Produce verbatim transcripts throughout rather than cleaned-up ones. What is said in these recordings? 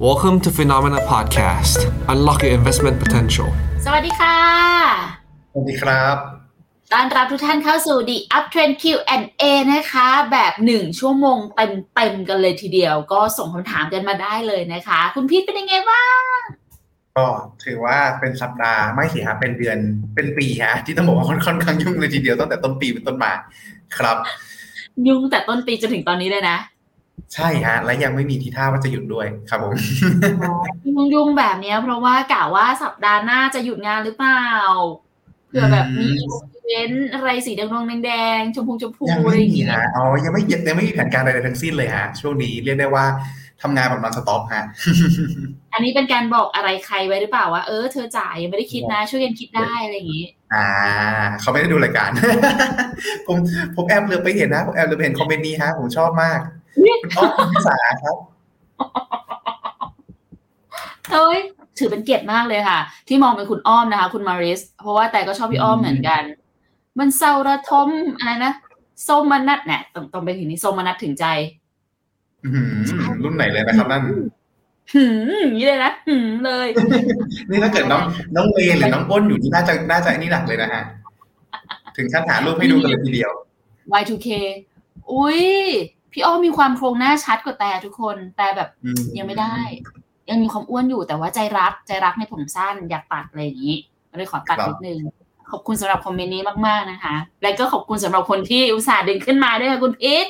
Welcome to Phenomena Podcast. Unlock your investment potential. สวัสดีค่ะสวัสดีครับต้อนรับทุกท่านเข้าสู่ The Uptrend คิว แอนด์ เอ นะคะแบบหนึ่งชั่วโมงเต็มๆกันเลยทีเดียวก็ส่งคำถามกันมาได้เลยนะคะคุณพีทเป็นยังไงบ้างก็ถือว่าเป็นสัปดาห์ไม่สิฮะเป็นเดือนเป็นปีฮะที่ต้องบอกว่าค่อนข้างยุ่งเลยทีเดียวตั้งแต่ต้นปีเป็นต้นมาครับยุ่งแต่ต้นปีจนถึงตอนนี้เลยนะใช่ฮะและยังไม่มีทีท่าว่าจะหยุดด้วยครับผมยุ่งๆแบบนี้เพราะว่ากะว่าสัปดาห์หน้าจะหยุดงานหรือเปล่าเผื่อแบบมีอีเวนต์อะไรสีแดงๆแดงๆชมพูชมพูอะไรอย่างเงี้ยอ๋อยังไม่ยังไม่มีแผนการใดๆทั้งสิ้นเลยฮะช่วงนี้เรียกได้ว่าทำงานแบบนอนสต็อปฮะอันนี้เป็นการบอกอะไรใครไว้หรือเปล่าว่าเออเธอจ่ายยังไม่ได้คิดนะช่วยกันคิดได้อะไรอย่างงี้อ่าเขาไม่ได้ดูรายการ ผมผมแอบเหลือไปเห็นนะผมแอบเหลือไปเห็นคอมเมนต์นี้ฮะผมชอบมากคุณอ้อมพิสาครับเฮ้ยถือเป็นเกียรติมากเลยค่ะที่มองเป็นคุณอ้อมนะคะคุณมาริสเพราะว่าแต่ก็ชอบพี่อ้อมเหมือนกันมันเศร้าระทมอะไรนะส้มมนัดเนี่ยต้องต้องไปถึงนี้ส้มมนัดถึงใจรุ่นไหนเลยนะครับนั่นหืมอย่างนี้เลยนะหืมเลยนี่ถ้าเกิดน้องน้องเวหรือน้องอ้นอยู่นี่น่าจะน่าจะนี่หนักเลยนะฮะถึงขั้นหารูปให้ดูกันเลยทีเดียววาย ทู เค อุ้ยพี่อ้อมมีความโครงหน้าชัดกว่าแต่ทุกคนแต่แบบยังไม่ได้ยังมีความอ้วนอยู่แต่ว่าใจรักใจรักในผมสั้นอยากตัดอะไรอย่างนี้เลยขอตัดนิดนึงขอบคุณสำหรับคอมเมนต์นี้มากๆนะคะและก็ขอบคุณสำหรับคนที่อุตส่าห์ดึงขึ้นมาด้วยค่ะคุณพีท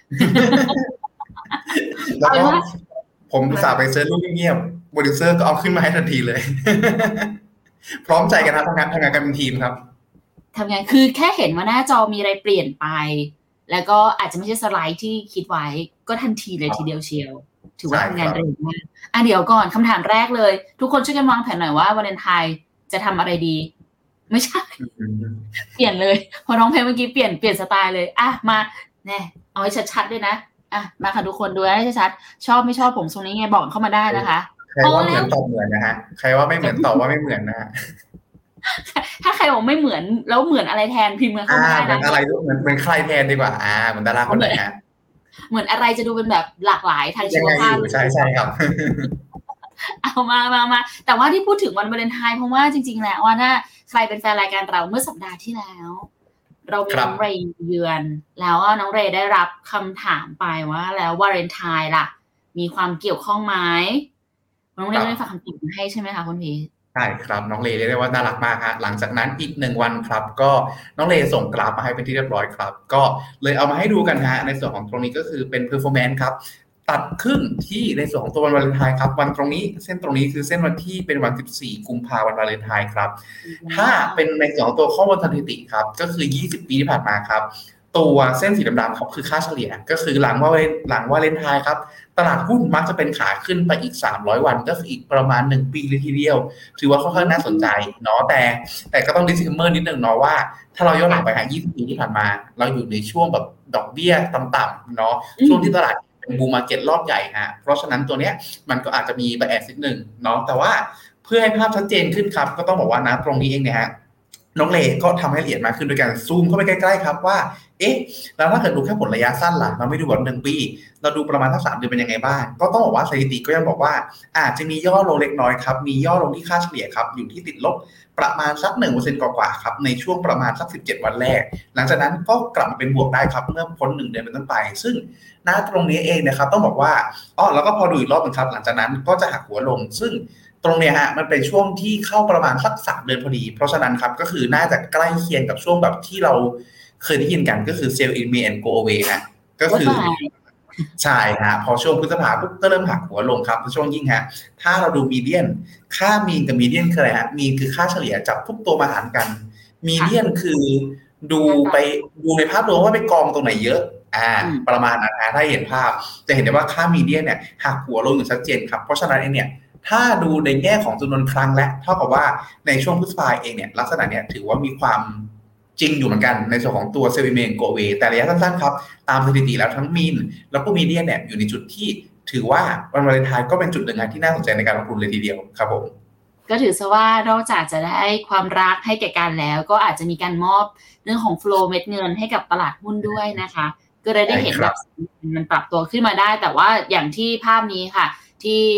แล้วก็ผมอุตส่าห์ไปเซิร์ชรูปเงียบๆโปรดิวเซอร์ก็เอาขึ้นมาให้ทันทีเลยพร้อมใจกันนะทำงานทำงานกันเป็นทีมครับทำงานคือแค่เห็นว่าหน้าจอมีอะไรเปลี่ยนไปแล้วก็อาจจะไม่ใช่สไลด์ที่คิดไว้ก็ทันทีเลยทีเดียวเชียวถือว่าทำงานเร็วมากอ่ะเดี๋ยวก่อนคำถามแรกเลยทุกคนช่วยกันวางแผนหน่อยว่าวาเลนไทน์จะทำอะไรดีไม่ใช่เปลี่ยนเลยพอร้องเพลงเมื่อกี้เปลี่ยนเปลี่ยนสไตล์เลยอ่ะมาแน่เอาให้ชัดๆด้วยนะอ่ะมาค่ะทุกคนดูให้ชัดๆชอบไม่ชอบผมทรงนี้ไงบอกเข้ามาได้นะคะใครว่าเหมือนตอบเหมือนนะฮะใครว่าไม่เหมือนตอบว่าไม่เหมือนนะฮะถ้าใครบอกไม่เหมือนแล้วเหมือนอะไรแทนพิมพ์มาเข้ามาได้นะเหมือนอะไรเหมือนเหมือนใครแทนดีกว่าอ่าเหมือนดาราคนไหนฮะเหมือนอะไรจะดูเป็นแบบหลากหลายทางชีวภาพใช่ใช่ครับเอามามามาแต่ว่าที่พูดถึงวันวาเลนไทน์เพราะว่าจริงๆแล้วว่าถ้าใครเป็นแฟนรายการเราเมื่อสัปดาห์ที่แล้วเรามีน้องเรย์เยือนแล้วน้องเรย์ได้รับคำถามไปว่าแล้ววาเลนไทน์ล่ะมีความเกี่ยวข้องไหมน้องเรย์ได้ฝากคำตอบมาให้ใช่ไหมคะคุณพีใช่ครับน้องเลเรียกได้ว่าน่ารักมากฮะหลังจากนั้นอีกหนึ่งวันครับก็น้องเลส่งกราฟมาให้เป็นที่เรียบร้อยครับก็เลยเอามาให้ดูกันฮะในส่วนของตรงนี้ก็คือเป็น performance ครับตัดครึ่งที่ในส่วนของตัววันวาเลนไทน์ครับวันตรงนี้เส้นตรงนี้คือเส้นวันที่เป็นวันสิบสี่กุมภาพันธ์วันวาเลนไทน์ครับถ้าเป็นในส่วนของตัวข้อมูลสถิติครับก็คือยี่สิบปีที่ผ่านมาครับตัวเส้นสีดำๆครับคือค่าเฉลี่ยก็คือหลังว่าหลังวาเลนไทน์ครับตลาดหุ้นมักจะเป็นขาขึ้นไปอีกสามร้อยวันก็คืออีกประมาณหนึ่งปีเลยทีเดียวถือว่าค่อนข้างน่าสนใจเนาะแต่แต่ก็ต้อง disclaimer นิดนึงเนาะว่าถ้าเราย้อนหลังไปหายี่สิบปีที่ผ่านมาเราอยู่ในช่วงแบบดอกเบี้ยต่ำๆเนาะช่วงที่ตลาดเป็นบูมมาร์เก็ตรอบใหญ่ฮะเพราะฉะนั้นตัวเนี้ยมันก็อาจจะมีไบแอสนิดนึงเนาะแต่ว่าเพื่อให้ภาพชัดเจนขึ้นครับก็ต้องบอกว่านะตรงนี้เองเนี่ยฮะน้องเลก็ทำให้ละเอียดมากขึ้นโดยการซูมเข้าไปใกล้ๆครับว่าเอ๊ะแล้วถ้าเกิดดูแค่ผลระยะสั้นล่ะเราไม่ดูแบบหนึ่งปีเราดูประมาณทั้งสามเดือนเป็นยังไงบ้างก็ต้องบอกว่าสถิติก็ยังบอกว่าอาจจะมีย่อลงเล็กน้อยครับมีย่อลงที่ค่าเฉลี่ยครับอยู่ที่ติดลบประมาณสัก หนึ่งเปอร์เซ็นต์ กว่าๆครับในช่วงประมาณสักสิบเจ็ดวันแรกหลังจากนั้นก็กลับมาเป็นบวกได้ครับเมื่อพ้นหนึ่งเดือนเป็นต้นไปซึ่งณตรงนี้เองนะครับต้องบอกว่าอ๋อแล้วก็พอดูอีกรอบนึงครับหลังจากนั้นก็จะหักหัวลงซึ่งตรงเนี้ยฮะมันเป็นช่วงที่เข้าประมาณสักสามเดือนพอดีเพราะฉะนั้นครับก็คือน่าจะใกล้เคียงกับช่วงแบบที่เราเคยได้ยินกันก็คือ sell in May and go away ฮะก็คือใช่ฮะพอช่วงพฤษภาคมปุ๊บก็เริ่มหักหัวลงครับช่วงยิ่งฮะถ้าเราดูมีเดียนค่ามีนกับมีเดียนคืออะไรฮะมีนคือค่าเฉลี่ยจับทุกตัวมาหารกันมีเดียนคือดูไปดูในภาพรวมว่าไปกองตรงไหนเยอะอ่าประมาณนั้นนะถ้าเห็นภาพจะเห็นได้ว่าค่ามีเดียนเนี่ยหักหัวลงอย่างชัดเจนครับเพราะฉะนั้นเองเนี่ยถ้าดูในแง่ของจำนวนครั้งและเท่ากับว่าในช่วงพฤษภาคมเองเนี่ยลักษณะเนี่ยถือว่ามีความจริงอยู่เหมือนกันในส่วนของตัวเซลล์เมนโกเวแต่ระยะสั้นๆครับตามสถิติแล้วทั้งมีนแล้วก็มีเดียนเนี่ยอยู่ในจุดที่ถือว่าวันวาเลนไทน์ก็เป็นจุดหนึ่งที่น่าสนใจในการลงทุนเลยทีเดียวครับผมก็ถือซะว่านอกจากจะได้ความรักให้แก่กันแล้วก็อาจจะมีการมอบเรื่องของโฟลว์เม็ดเงินให้กับตลาดหุ้นด้วยนะคะก็เลยได้เห็นแบบมันปรับตัวขึ้นมาได้แต่ว่าอย่างที่ภาพนี้ค่ะที่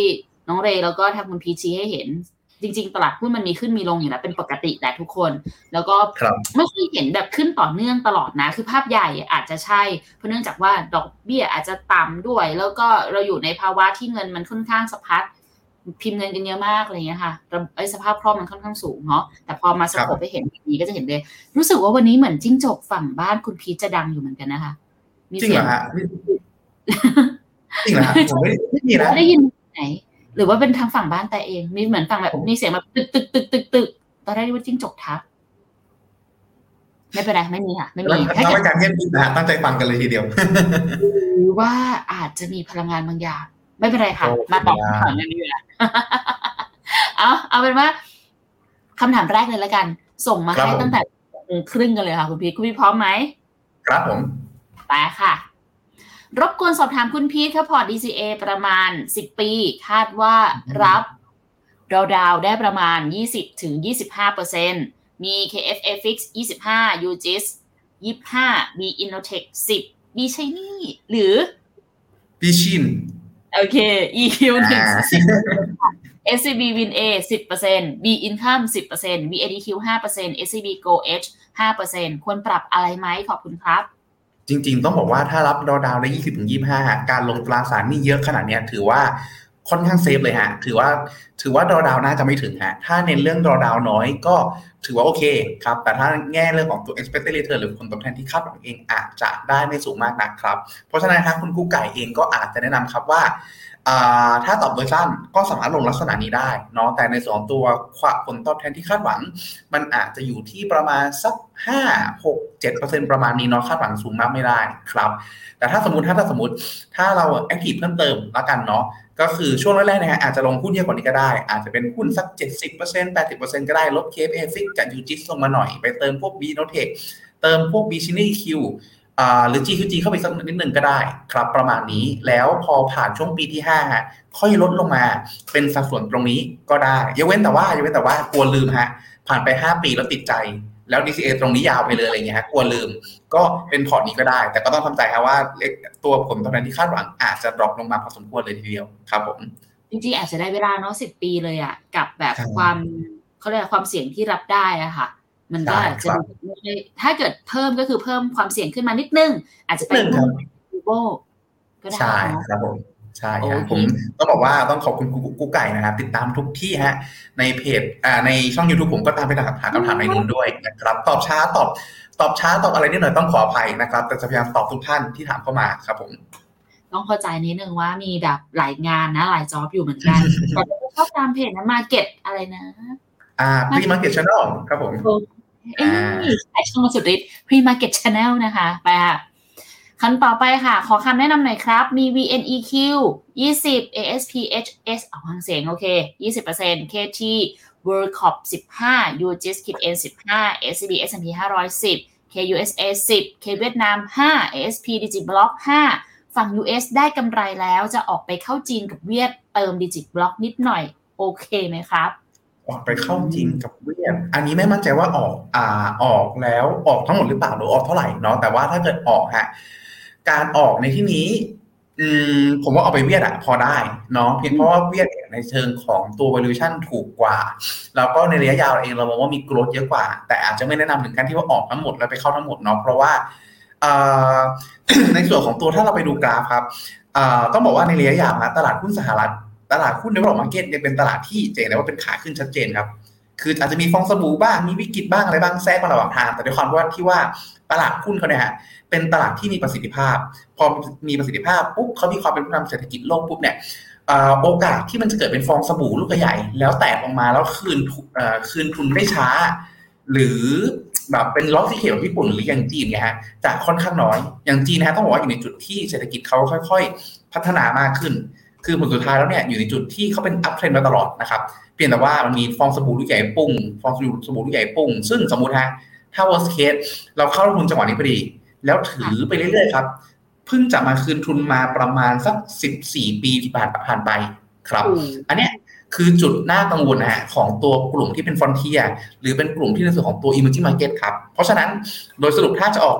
น้องเรย์แล้วก็ทางคุณพีชี้ให้เห็นจริงๆตลาดหุ้นมันมีขึ้นมีลงอยู่แล้วเป็นปกติแหละทุกคนแล้วก็ไม่เคยเห็นแบบขึ้นต่อเนื่องตลอดนะคือภาพใหญ่อาจจะใช่เพราะเนื่องจากว่าดอกเบี้ยอาจจะต่ำด้วยแล้วก็เราอยู่ในภาวะที่เงินมันค่อนข้างสะพัดพิมพ์เงินกันเยอะมากอะไรเงี้ยค่ะไอ้สภาพคล่องมันค่อนข้างสูงเนาะแต่พอมาสโคปไปเห็นแบบนี้ก็จะเห็นเลยรู้สึกว่าวันนี้เหมือนจิ้งจกฝั่งบ้านคุณพีชจะดังอยู่เหมือนกันนะคะจริงเหรอฮะจริงเหรอฮะผมไม่ไม่มีนะได้ยินไหนหรือว่าเป็นทางฝั่งบ้านแต่เองมีเหมือนฝั่งแบบมีเสียงแบบตึกตึกตึกตึกตึกตอนแรกว่าจิ้งจกทักไม่เป็นไรไม่มีค่ะไม่มีถ้าเกิดการเงียบนะฮะตั้งใจฟังกันเลยทีเดียวหรือว่าอาจจะมีพลังงานบางอย่างไม่เป็นไรค่ะมาตอบคำถามกันดีกว่าเอาเอาเป็นว่าคำถามแรกเลยแล้วกันส่งมาให้ตั้งแต่ครึ่งกันเลยค่ะคุณพีทคุณพีทพร้อมไหมครับผมไปค่ะรบกวนสอบถามคุณพีทค่ะพอร์ต ดี ซี เอ ประมาณสิบปีคาดว่ารับดาวๆได้ประมาณ ยี่สิบถึงยี่สิบห้าเปอร์เซ็นต์ มี เค เอฟ เอ Fix ยี่สิบห้า ยู จี ไอ เอส ยี่สิบห้า B Innotech สิบ B Shiny หรือ B Shin โอเค อี คิว หนึ่ง สิบ เอส ซี บี Win A สิบเปอร์เซ็นต์ B Income สิบเปอร์เซ็นต์ บี เอ ดี คิว ห้าเปอร์เซ็นต์ เอส ซี บี Go Edge ห้าเปอร์เซ็นต์ ควรปรับอะไรไหมขอบคุณครับจริงๆต้องบอกว่าถ้ารับดาวดาวได้ ยี่สิบถึงยี่สิบห้า การลงตราสารหนี้เยอะขนาดนี้ถือว่าค่อนข้างเซฟเลยฮะถือว่าถือว่าดาวดาวน่าจะไม่ถึงฮะถ้าเน้นเรื่องดาวดาวน้อยก็ถือว่าโอเคครับแต่ถ้าแง่เรื่องของตัว expected return หรือผลตอบแทนที่คาดหวังเองอาจจะได้ไม่สูงมากนักครับเพราะฉะนั้นครับคุณกู้ไก่เองก็อาจจะแนะนำครับว่าถ้าตอบโดยสั้นก็สามารถลงลักษณะนี้ได้เนาะแต่ในส่วนตัวผลตอบแทนที่คาดหวังมันอาจจะอยู่ที่ประมาณสักห้า หก เจ็ดเปอร์เซ็นต์ ประมาณนี้เนาะคาดหวังสูงมากไม่ได้ครับแต่ถ้าสมมุติถ้าถ้าสมมุติถ้าเราแอคทีฟเพิ่มเติมละกันเนาะก็คือช่วงแรกๆนะฮะอาจจะลงหุ้นเยอะกว่านี้ก็ได้อาจจะเป็นหุ้นสัก เจ็ดสิบเปอร์เซ็นต์ แปดสิบเปอร์เซ็นต์ ก็ได้ลด เค เอฟ เอ Fix กับ ยู จี ไอ เอส ลงมาหน่อยไปเติมพวก B Innotech เติมพวก B Shiny Qอ่าหรือ จี คิว จี เข้าไปสักนิดนึงก็ได้ครับประมาณนี้แล้วพอผ่านช่วงปีที่ห้าฮะค่อยลดลงมาเป็นสัดส่วนตรงนี้ก็ได้ยกเว้นแต่ว่ายกเว้นแต่ว่ากลัวลืมฮะผ่านไปห้าปีแล้วติดใจแล้ว ดี ซี เอ ตรงนี้ยาวไปเลยอะไรเงี้ยฮะกลัวลืมก็เป็นพอร์ตนี้ก็ได้แต่ก็ต้องทำใจครับว่าตัวผลตอบแทนที่คาดหวังอาจจะดรอปลงมาพอสมควรเลยทีเดียวครับผมจริงๆอาจจะได้เวลาเนาะสิบปีเลยอ่ะกับแบบความเขาเรียกความเสี่ยงที่รับได้อ่ะค่ะมันก็อาจจะถ้าเกิดเพิ่มก็คือเพิ่มความเสี่ยงขึ้นมานิดนึงอาจจะเป็นหุ้นกูโบก็ได้ใช่ครับผมใช่ครับผมต้องบอกว่าต้องขอบคุณกูไก่นะครับติดตามทุกที่ฮะในเพจอ่าในช่อง YouTube ผมก็ตามไปถามคำถามในนู้นด้วยนะครับตอบช้าตอบตอบช้าตอบอะไรนิดหน่อยต้องขออภัยนะครับแต่จะพยายามตอบทุกท่านที่ถามเข้ามาครับผมต้องเข้าใจนิดนึงว่ามีแบบหลายงานนะหลายจ็อบอยู่เหมือนกันแต่ก็ชอบตามเพจนะมาร์เก็ตอะไรนะอ่า Pre-Market Channel ครับผมเอ้ยไอช่องสุดฤทธิ์ Pre-Market Channel นะคะไปค่ะคำต่อไปค่ะขอคำแนะนำหน่อยครับมี วี เอ็น อี คิว ยี่สิบ เอ เอส พี เอช เอส เอาฟังเสียงโอเค ยี่สิบเปอร์เซ็นต์ เค ที World Corp สิบห้า ยู จี ไอ เอส N สิบห้า เอส ซี บี เอส แอนด์ พี ห้าร้อยสิบ เค ยู เอส เอ สิบ K เวียดนามห้า เอ เอส พี Digiblock ห้าฝั่ง ยู เอส ได้กำไรแล้วจะออกไปเข้าจีนกับเวียดเติม Digiblock นิดหน่อยโอเคไหมครับออกไปเข้าจีนกับเวียดอันนี้ไม่มั่นใจว่าออกอ่าออกแล้วออกทั้งหมดหรือเปล่าหรือออกเท่าไหร่เนาะแต่ว่าถ้าเกิดออกฮะการออกในที่นี้อืมผมว่าเอาไปเวียดอะพอได้เนาะเพียงเพราะว่าเวียดในเชิงของตัว valuation ถูกกว่าแล้วก็ในระยะยาวเองเรามองว่ามี growth เยอะกว่าแต่อาจจะไม่แนะนำถึงการที่ว่าออกทั้งหมดแล้วไปเข้าทั้งหมดเนาะเพราะว่าในส่วนของตัวถ้าเราไปดูกราฟครับต้องบอกว่าในระยะยาวนะตลาดหุ้นสหรัฐตลาดหุ้น developed market ยังเป็นตลาดที่เจ๋งนะว่าเป็นขาขึ้นชัดเจนครับคืออาจจะมีฟองสบู่บ้างมีวิกฤตบ้างอะไรบ้างแทรกมาระหว่างทางแต่ด้วยความว่าที่ว่าตลาดหุ้นเขาเนี่ยฮะเป็นตลาดที่มีประสิทธิภาพพอมีประสิทธิภาพปุ๊บเขามีความเป็นผู้นำเศรษฐกิจโลกปุ๊บเนี่ยโอกาสที่มันจะเกิดเป็นฟองสบู่ลูกใหญ่แล้วแตกออกมาแล้วคืนคืนทุนได้ช้าหรือแบบเป็นล็อกที่เขียวญี่ปุ่นหรืออย่างจีนเนี่ยฮะจะค่อนข้างน้อยอย่างจีนนะต้องบอกว่าอยู่ในจุดที่เศรษฐกิจเขาค่อยๆพัฒนามากขึ้นคือผลสุดท้ายแล้วเนี่ยอยู่ในจุดที่เขาเป็นอัพเทรนด์มาตลอดนะครับเพียงแต่ว่ามันมีฟองสบู่ลูกใหญ่ปุ่งฟองสบู่สบู่ลูกใหญ่ปุ่งซึ่งสมมุติฮะถ้า worst case เราเข้าลงทุนจังหวะนี้พอดีแล้วถือไปเรื่อยๆครับเพิ่งจะมาคืนทุนมาประมาณสักสิบสี่ปีที่ผ่านผ่านไปครับอันเนี้ยคือจุดน่ากังวลนะฮะของตัวกลุ่มที่เป็นฟรอนเทียร์หรือเป็นกลุ่มที่ในส่วนของตัว emerging market ครับเพราะฉะนั้นโดยสรุปถ้าจะออก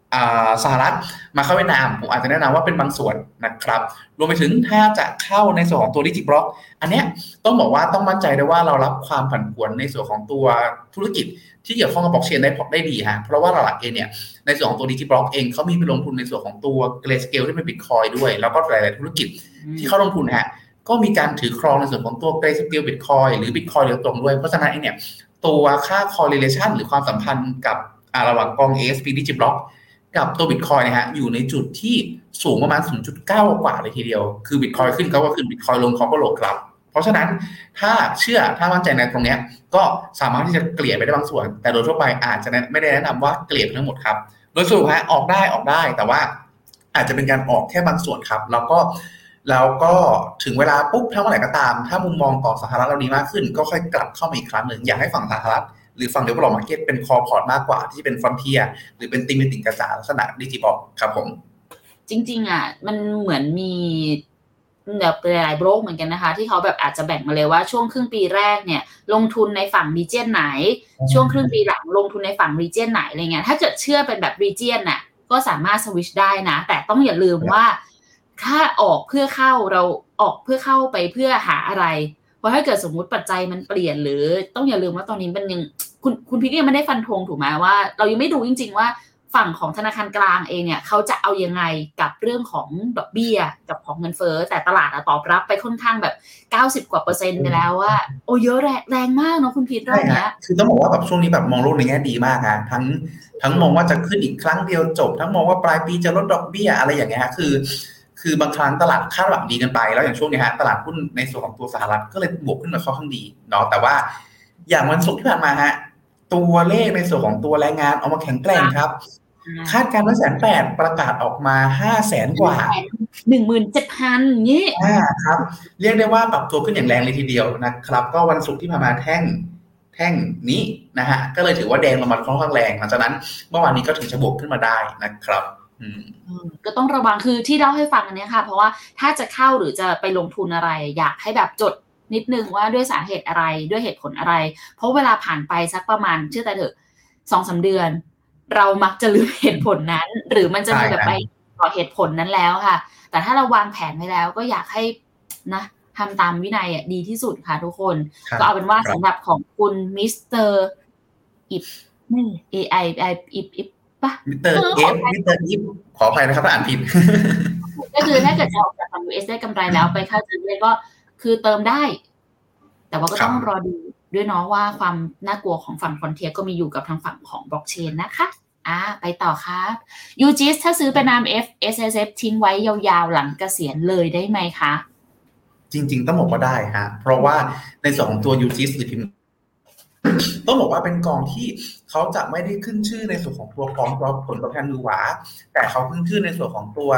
สหรัฐมาเข้าเวียดนามผมอาจจะแนะนำว่าเป็นบางส่วนนะครับรวมไปถึงถ้าจะเข้าในส่วนของตัวดิจิบล็อกอันเนี้ยต้องบอกว่าต้องมั่นใจได้ว่าเรารับความผันผวนในส่วนของตัวธุรกิจที่เกี่ยวข้องกับบล็อกเชนได้ได้ดีฮะเพราะว่าหลักๆเองเนี่ยในส่วนของตัวดิจิบล็อกเองเขามีไปลงทุนในส่วนของตัวเกรสเกลที่เป็นบิตคอยน์ด้วยแล้วก็หลายๆธุรกิจที่เขาลงทุนฮะก็มีการถือครองในส่วนของตัวเกรสเกลบิตคอยน์หรือบิตคอยน์โดยตรงด้วยเพราะฉะนั้นเองเนี่ยตัวค่า correlation หรือความสัมพันธ์กับระหว่างกอง เอ เอส พี ดิจิบล็อกกับตัว Bitcoin นะฮะอยู่ในจุดที่สูงประมาณ ศูนย์จุดเก้า กว่าเลยทีเดียวคือ Bitcoin ขึ้นเขาก็ขึ้น Bitcoin ลงเขาก็ลงครับเพราะฉะนั้นถ้าเชื่อถ้ามั่นใจในตรงนี้ก็สามารถที่จะเกลี่ยไปได้บางส่วนแต่โดยทั่วไปอาจจะไม่ได้แนะนำว่าเกลี่ยทั้งหมดครับโดยสรุปฮะออกได้ออกได้แต่ว่าอาจจะเป็นการออกแค่บางส่วนครับแล้วก็แล้วก็ถึงเวลาปุ๊บถ้าเมื่อไหร่ก็ตามถ้ามุมมองต่อสหรัฐเราดีมากขึ้นก็ค่อยกลับเข้ามาอีกครั้งหนึ่งอยากให้ฝั่งสหรัฐหรือฝั่ง developed market เป็น core port มากกว่าที่เป็น frontier หรือเป็นติมเป็นติ่งกระสาลักษณะดิจิทัลครับผมจริงๆอ่ะมันเหมือนมีแบบหลายๆโบรกเหมือนกันนะคะที่เขาแบบอาจจะแบ่งมาเลยว่าช่วงครึ่งปีแรกเนี่ยลงทุนในฝั่ง region ไหนช่วงครึ่งปีหลังลงทุนในฝั่ง region ไหนอะไรเงี้ยถ้าเกิดเชื่อเป็นแบบ region น่ะก็สามารถสวิชได้นะแต่ต้องอย่าลืมว่าถ้าออกเพื่อเข้าเราออกเพื่อเข้าไปเพื่อหาอะไรเพราะถ้าเกิดสมมุติปัจจัยมันเปลี่ยนหรือต้องอย่าลืมว่าตอนนี้มันยังคุณคุณพี่ก็ยังไม่ได้ฟันธงถูกไหมว่าเรายังไม่ดูจริงๆว่าฝั่งของธนาคารกลางเองเนี่ยเขาจะเอายังไงกับเรื่องของดอกเบี้ยกับของเงินเฟ้อแต่ตลาดตอบรับไปค่อนข้างแบบเก้าสิบกว่าเปอร์เซ็นต์ไปแล้วว่าโอ้เยอะแรงแรงมากเนาะคุณพีทรอบนี้คือต้องบอกว่าแบบช่วงนี้แบบมองโลกในแง่ดีมากฮะทั้งทั้งมองว่าจะขึ้นอีกครั้งเดียวจบทั้งมองว่าปลายปีจะลดดอกเบี้ยอะไรอย่างเงี้ยฮะคือคือบางครั้งตลาดคาดหวังดีกันไปแล้วอย่างช่วงนี้ฮะตลาดหุ้นในส่วนของตัวสหรัฐก็เลยบวกขึ้นมาค่อนข้างดีเนาะแต่ว่าอย่างวันศุกร์ที่ผ่านมาฮะตัวเลขในส่วนของตัวแรงงานออกมาแข็งแกร่งครับคาดการณ์ว่าแสนแปดประกาศออกมาห้าแสนกว่าหนึ่งหมื่นเจ็ดพันนี่อ่าครับเรียกได้ว่าปรับตัวขึ้นอย่างแรงเลยทีเดียวนะครับก็วันศุกร์ที่ผ่านมาแท่งแท่งนี้นะฮะก็เลยถือว่าแดงลงมาค่อนข้างแรงหลังจากนั้นเมื่อวานนี้ก็ถึงจะบวกขึ้นมาได้นะครับก็ต้องระวังคือที่เล่าให้ฟังอันนี้ค่ะเพราะว่าถ้าจะเข้าหรือจะไปลงทุนอะไรอยากให้แบบจดนิดนึงว่าด้วยสาเหตุอะไรด้วยเหตุผลอะไรเพราะเวลาผ่านไปสักประมาณเชื่อแต่เถอะ สองถึงสาม เดือนเรามักจะลืมเหตุผลนั้นหรือมันจะมีแบบไปต่อเหตุผลนั้นแล้วค่ะแต่ถ้าเราวางแผนไว้แล้วก็อยากให้นะทำตามวินัยอ่ะดีที่สุดค่ะทุกคนก็เอาเป็นว่าสำหรับของคุณมิสเตอร์อิฟนี่ เอ ไอ อิฟอิฟป่ะมิสเตอร์เอฟมิสเตอร์อิฟขออภัยนะครับถ้าอ่านผิดก็คือถ้าเกิดจะออกจากฝั่ง ยู เอส ได้กำไรแล้วไปเข้าจีนก็คือเติมได้แต่ว่าก็ต้องรอดูด้วยเนาะว่าความน่ากลัวของฝั่งฟรอนเทียร์ก็มีอยู่กับทางฝั่งของบล็อกเชนนะคะอ่าไปต่อครับ ยู จี ไอ เอส ถ้าซื้อเป็น อาร์ เอ็ม เอฟ เอส เอส เอฟ ทิ้งไว้ยาวๆหลังเกษียณเลยได้ไหมคะจริงๆต้องบอกว่าได้ฮะเพราะว่าในส่วนของตัว ยู จี ไอ เอส หรือพิมพ์ต้องบอกว่าเป็นกองที่เขาจะไม่ได้ขึ้นชื่อในส่วนของตัวกองผลตอบแทนมือหวาแต่เขาขึ้นชื่อในส่วนของตัว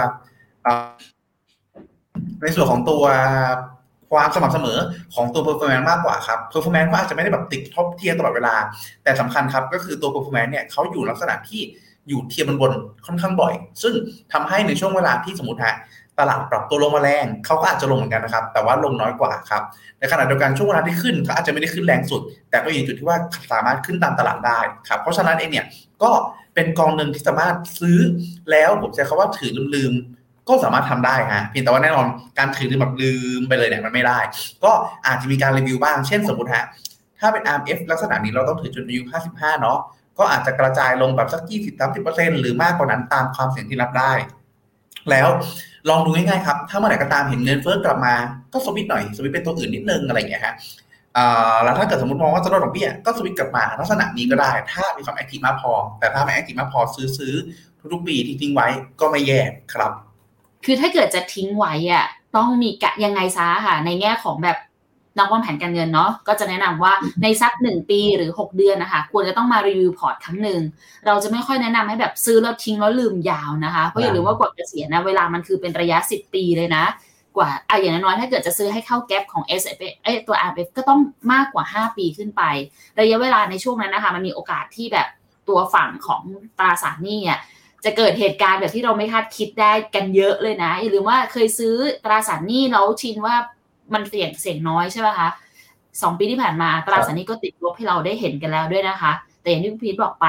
ในส่วนของตัวความสม่ำเสมอของตัว performance มากกว่าครับ performance ก็อาจจะไม่ได้แบบติดท็อปเทียร์ตลอดเวลาแต่สำคัญครับก็คือตัว performance เนี่ยเขาอยู่ลักษณะที่อยู่เทียร์บนๆค่อนข้างบ่อยซึ่งทำให้ในช่วงเวลาที่สมมติฮะตลาดปรับตัวลงมาแรงเขาก็อาจจะลงเหมือนกันนะครับแต่ว่าลงน้อยกว่าครับในขณะเดียวกันช่วงเวลาที่ขึ้นเขาอาจจะไม่ได้ขึ้นแรงสุดแต่ก็อยู่จุดที่ว่าสามารถขึ้นตามตลาดได้ครับเพราะฉะนั้นเองเนี่ยก็เป็นกองนึงที่สามารถซื้อแล้วผมใช้คำว่าถือลืมก็สามารถทำได้ฮะเพียงแต่ว่าแน่นอนการถือลืมแบบลืมไปเลยเนี่ยมันไม่ได้ก็อาจจะมีการรีวิวบ้างเช่นสมมติฮะถ้าเป็น อาร์ เอ็ม เอฟ ลักษณะนี้เราต้องถือจนอายุห้าสิบห้าเนาะก็อาจจะกระจายลงแบบสัก ยี่สิบถึงสามสิบเปอร์เซ็นต์ หรือมากกว่านั้นตามความเสี่ยงที่รับได้แล้วลองดูง่ายๆครับถ้าเมื่อไหร่ก็ตามเห็นเงินเฟ้อกลับมาก็สวิตช์หน่อยสวิตช์เป็นตัวอื่นนิดนึงอะไรอย่างเงี้ยฮะแล้วถ้าเกิดสมมติมองว่าจะลดดอกเบี้ยก็สวิตช์กลับมาลักษณะนี้ก็ได้ถ้ามีความแอคทีฟมากพอแต่ถ้าไม่แอคทีฟมากพอซื้อๆทุกๆปีทิ้งๆไว้ก็ไม่แย่ครับคือถ้าเกิดจะทิ้งไว้อ่ะต้องมีกะยังไงซะค่ะในแง่ของแบบนักวางแผนการเงินเนาะก็จะแนะนำว่าในสักหนึ่งปีหรือหกเดือนนะคะควรจะต้องมารีวิวพอร์ตครั้งนึงเราจะไม่ค่อยแนะนำให้แบบซื้อแล้วทิ้งแล้วลืมยาวนะคะเพราะอย่าลืมว่ากว่าเกษียณนะเวลามันคือเป็นระยะสิบปีเลยนะกว่าอ่ะอย่างน้อยถ้าเกิดจะซื้อให้เข้าแก๊ปของ เอส เอฟ เอ้ยตัว อาร์ เอ็ม เอฟ ก็ต้องมากกว่าห้าปีขึ้นไประยะเวลาในช่วงนั้นนะคะมันมีโอกาสที่แบบตัวฝั่งของตราสารหนี้อ่ะจะเกิดเหตุการณ์แบบที่เราไม่คาดคิดได้กันเยอะเลยนะอย่าลืมว่าเคยซื้อตราสารหนี้แล้วชินว่ามันเสี่ยงเสี่ยงน้อยใช่ป่ะคะสองปีที่ผ่านมาตราสารหนี้ก็ติดลบให้เราได้เห็นกันแล้วด้วยนะคะแต่อย่างที่พี่พีทบอกไป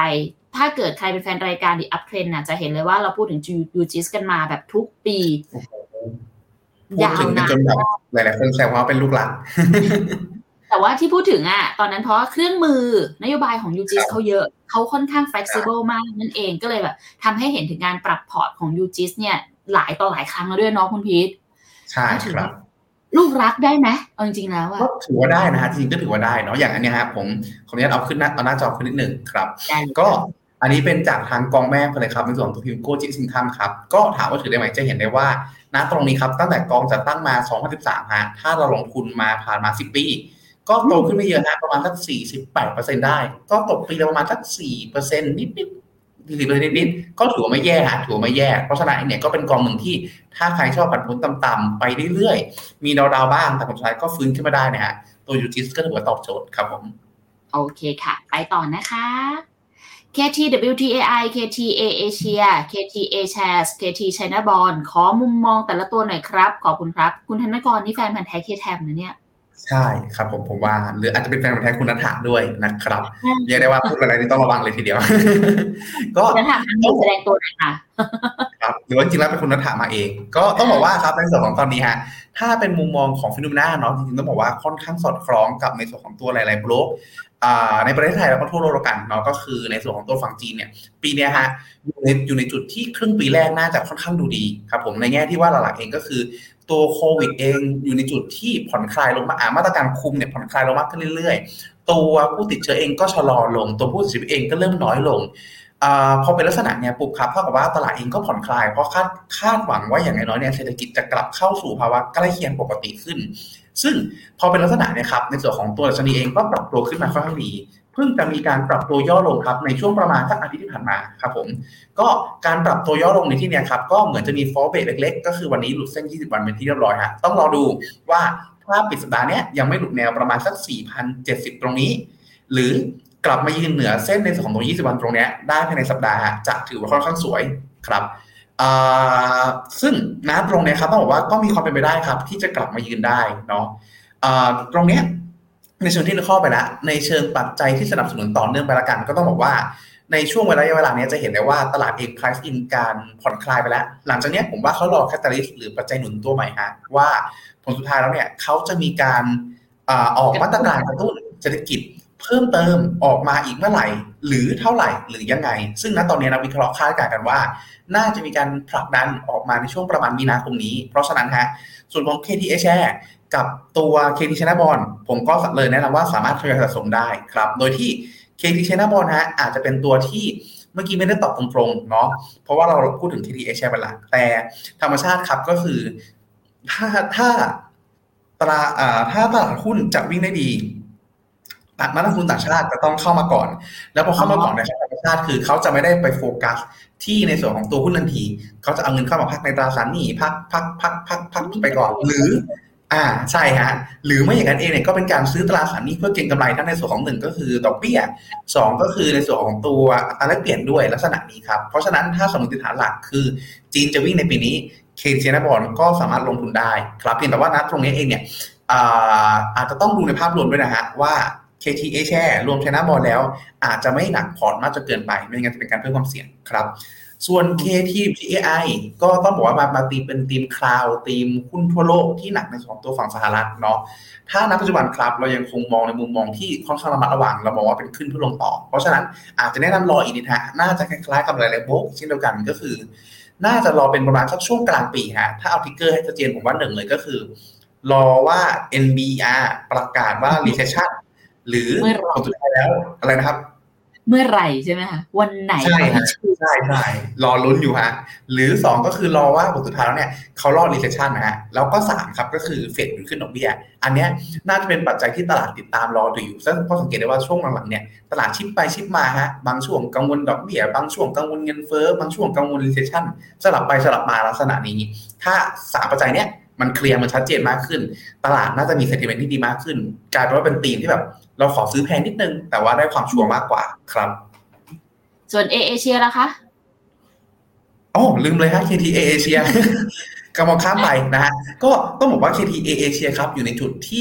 ถ้าเกิดใครเป็นแฟนรายการ The Uptrend น่ะจะเห็นเลยว่าเราพูดถึง ยู จี ไอ เอส กันมาแบบทุกปีพูดถึงกันจนแบบหลายๆคนแซวว่าเป็นลูกหลานแต่ว่าที่พูดถึงอ่ะตอนนั้นเพราะเครื่องมือนโยบายของ ยู จี ไอ เอส เขาเยอะเขาค่อนข้าง flexible มากนั่นเองก็เลยแบบทำให้เห็นถึงการปรับพอร์ตของ ยู จี ไอ เอส เนี่ยหลายต่อหลายครั้งแล้วด้วยเนาะคุณพีทใช่ครับลูกรักได้ไหมเอาจริงๆแล้วอ่ะก็ถือว่าได้นะฮะจริงๆก็ถือว่าได้เนาะอย่างอันนี้ครับผมขออนุญาตเอาขึ้นหน้าเอาหน้าจอขึ้นนิดหนึ่งครับก็อันนี้เป็นจากทางกองแม่เลยครับในส่วนของตัวพิมพ์โกจิซิงคัมครับก็ถามว่าถือได้ไหมจะเห็นได้ว่าณตรงนี้ครับตั้งแต่กองจัดตั้งมาสองพันสิบสามฮะถ้าเราลงทุนมาผ่านมาสิบปีก็โตขึ้นไม่เยอะนะประมาณสัก สี่สิบแปดเปอร์เซ็นต์ ได้ก็ตกปีละประมาณสัก สี่เปอร์เซ็นต์ นิดๆ สี่สิบเปอร์เซ็นต์ นิดๆก็ถือว่าไม่แย่ฮะถือว่าไม่แย่เพราะฉะนั้นเนี่ยก็เป็นกองหนึ่งที่ถ้าใครชอบผันผวนต่ำๆไปเรื่อยๆมีดาวๆบ้างแต่ผลสุดท้ายก็ฟื้นขึ้นมาได้นะฮะตัว ยู จี ไอ เอส ก็ถือว่าตอบโจทย์ครับผมโอเคค่ะไปต่อนะคะ เค ที ดับเบิลยู ที เอ ไอ เค ที เอ Asia เค ที A Shares เค ที China Bond ขอมุมมองแต่ละตัวหน่อยครับขอบคุณครับคุณธนกรนี่แฟนพันธุ์แท้ เค ที เอ นะเนี่ยใช่ครับผมผมว่าหรืออาจจะเป็นแฟนพันธุ์แท้คุณณัฐาด้วยนะครับเรียกได้ว่าพูดอะไรนี่ต้องระวังเลยทีเดียวก็ณัฐาต้องแสดงตัวหน่อยค่ะครับหรือว่าจริงๆแล้วเป็นคุณณัฐามาเองก็ต้องบอกว่าครับในส่วนของตอนนี้ฮะถ้าเป็นมุมมองของฟิโนเมนาเนาะจริงๆต้องบอกว่าค่อนข้างสอดคล้องกับในส่วนของตัวหลายๆบล็อกในประเทศไทยแล้วก็ทั่วโลกกันเนาะก็คือในส่วนของตัวฝั่งจีนเนี่ยปีนี้ฮะอยู่ในอยู่ในจุดที่ครึ่งปีแรกน่าจะค่อนข้างดูดีครับผมในแง่ที่ว่าหลักๆเองก็คือตัวโควิดเองอยู่ในจุดที่ผ่อนคลายลงมาอ่ามาตรการคุมเนี่ยผ่อนคลายลงมากขึ้นเรื่อยๆตัวผู้ติดเชื้อเองก็ชะลอลงตัวผู้เสียชีวิตเองก็เริ่มน้อยลงอ่าพอเป็นลักษณะเนี่ยปุ๊บครับเท่ากับว่าตลาดเองก็ผ่อนคลายเพราะคาดคาดหวังว่าอย่างน้อยเนี่ยเศรษฐกิจจะกลับเข้าสู่ภาวะใกล้เคียงปกติขึ้นซึ่งพอเป็นลักษณะเนี่ยครับในส่วนของตัวดัชนีเองก็ปรับตัวขึ้นมาค่อนข้างดีเพิ่งจะมีการปรับตัวย่อลงครับในช่วงประมาณสักอาทิตย์ที่ผ่านมาครับผมก็การปรับตัวย่อลงในที่นี้ครับก็เหมือนจะมีฟอลเบรกเล็กๆก็คือวันนี้หลุดเส้นยี่สิบวันเป็นที่เรียบร้อยฮะต้องรอดูว่าถ้าปิดสัปดาห์นี้ยังไม่หลุดแนวประมาณสัก สี่พันเจ็ดสิบ ตรงนี้หรือกลับมายืนเหนือเส้นในส่วนของตัวยี่สิบวันตรงนี้ได้ภายในสัปดาห์จะถือว่าค่อนข้างสวยครับซึ่งณตรงนี้ครับต้องบอกว่าก็มีความเป็นไปได้ครับที่จะกลับมายืนได้เนาะตรงนี้ในเชิงที่เราเข้าไปแล้วในเชิงปัจจัยที่สนับสนุนต่อเนื่องไปละกันก็ต้องบอกว่าในช่วงเวลาเวลานี้จะเห็นได้ว่าตลาดเอง price in การผ่อนคลายไปแล้วหลังจากนี้ผมว่าเขารอ catalyst หรือปัจจัยหนุนตัวใหม่ฮะว่าผลสุดท้ายแล้วเนี่ยเขาจะมีการอ่าออกมาตรการกระตุ้นเศรษฐกิจเพิ่มเติมออกมาอีกเมื่อไหร่หรือเท่าไหร่หรือยังไงซึ่งณตอนนี้นักวิเคราะห์คาดการณ์กันว่าน่าจะมีการผลักดันออกมาในช่วงประมาณมีนาคมนี้เพราะฉะนั้นฮะส่วนของ เค ที เอ Share กับตัว เค ที China Bond ผมก็เลยแนะนำว่าสามารถทยอยสะสมได้ครับโดยที่ เค ที China Bond ฮะอาจจะเป็นตัวที่เมื่อกี้ไม่ได้ตอบตรงๆเนาะเพราะว่าเราพูดถึง เค ที เอ Share เป็นหลักแต่ธรรมชาติครับก็คือถ้าถ้าตลาดอ่าถ้าตลาดหุ้นจะวิ่งได้ดีนักลงทุนต่างชาติจะต้องเข้ามาก่อนแล้วพอเข้ามาก่อนในธรรมชาติคือเขาจะไม่ได้ไปโฟกัสที่ในส่วนของตัวหุ้นทันทีเขาจะเอาเงินเข้ามาพักในตราสารหนี้พักพักพักพักพักไปก่อนหรืออ่าใช่ฮะหรือไม่อย่างนั้นเองเนี่ยก็เป็นการซื้อตราสารหนี้เพื่อเก็งกำไรทั้งในส่วนของหนึ่งก็คือดอกเบี้ยสองก็คือในส่วนของตัวอัตราแลกเปลี่ยนด้วยลักษณะนี้ครับเพราะฉะนั้นถ้าสมมติฐานหลักคือจีนจะวิ่งในปีนี้ เค ที China Bond ก็สามารถลงทุนได้ครับเพียงแต่ว่าณตรงนี้เองเนี่ยอ่าอาจจะต้องดูในภาพรวมด้วยนะฮะว่าเค ที เอ Share รวม China Bond แล้วอาจจะไม่หนักพอร์ตมากจนเกินไปไม่งั้นจะเป็นการเพิ่มความเสี่ยงครับส่วน เค ที เอ ไอ ก็ต้องบอกว่ามามาตีเป็นทีมคลาวด์ทีมหุ้นทั่วโลกที่หนักในส่วนตัวฝั่งสหรัฐเนาะถ้าณปัจจุบันครับเรายังคงมองในมุมมองที่ค่อนข้างระมัดระวังเราบอกว่าเป็นขึ้นเพื่อลงต่อเพราะฉะนั้นอาจจะแนะนำรออีกนิดฮะน่าจะคล้ายๆกับหลายๆโบรกเช่นเดียวกันก็คือน่าจะรอเป็นประมาณสักช่วงกลางปีฮะถ้าเอาทิกเกอร์ให้ชัดเจนผมว่าหนึ่งเลยก็คือรอว่า เอ็น บี อาร์ ประกาศว่า recession หรือผลสุดท้ายแล้วอะไรนะครับเมื่อไหร่ใช่ไหมคะวันไหนใช่ใช่ใช่รอลุ้นอยู่ฮะหรือสองก็คือรอว่าผลสุดท้ายแล้วเนี่ยเขารอ recession นะฮะแล้วก็สามครับก็คือเฟดขึ้นดอกเบี้ยอันเนี้ยน่าจะเป็นปัจจัยที่ตลาดติดตามรออยู่ซึ่งก็สังเกตได้ว่าช่วงหลังๆเนี่ยตลาดชิปไปชิปมาฮะบางช่วงกังวลดอกเบี้ยบางช่วงกังวลเงินเฟ้อบางช่วงกังวล recession สลับไปสลับมาลักษณะนี้ถ้าสามปัจจัยเนี้ยมันเคลียร์มันชัดเจนมากขึ้นตลาดน่าจะมี sentiment ที่ดีมากขึ้นกลายเป็นว่าเป็นธีมที่แบบเราขอซื้อแพงนิดนึงแต่ว่าได้ความชัวร์มากกว่าครับส่วน A Asia ล่ะคะอ๋อลืมเลยฮะ เค ที เอ Asia กำลังข้ามไปนะฮะก็ต้องบอกว่า เค ที เอ Asia ครับอยู่ในจุดที่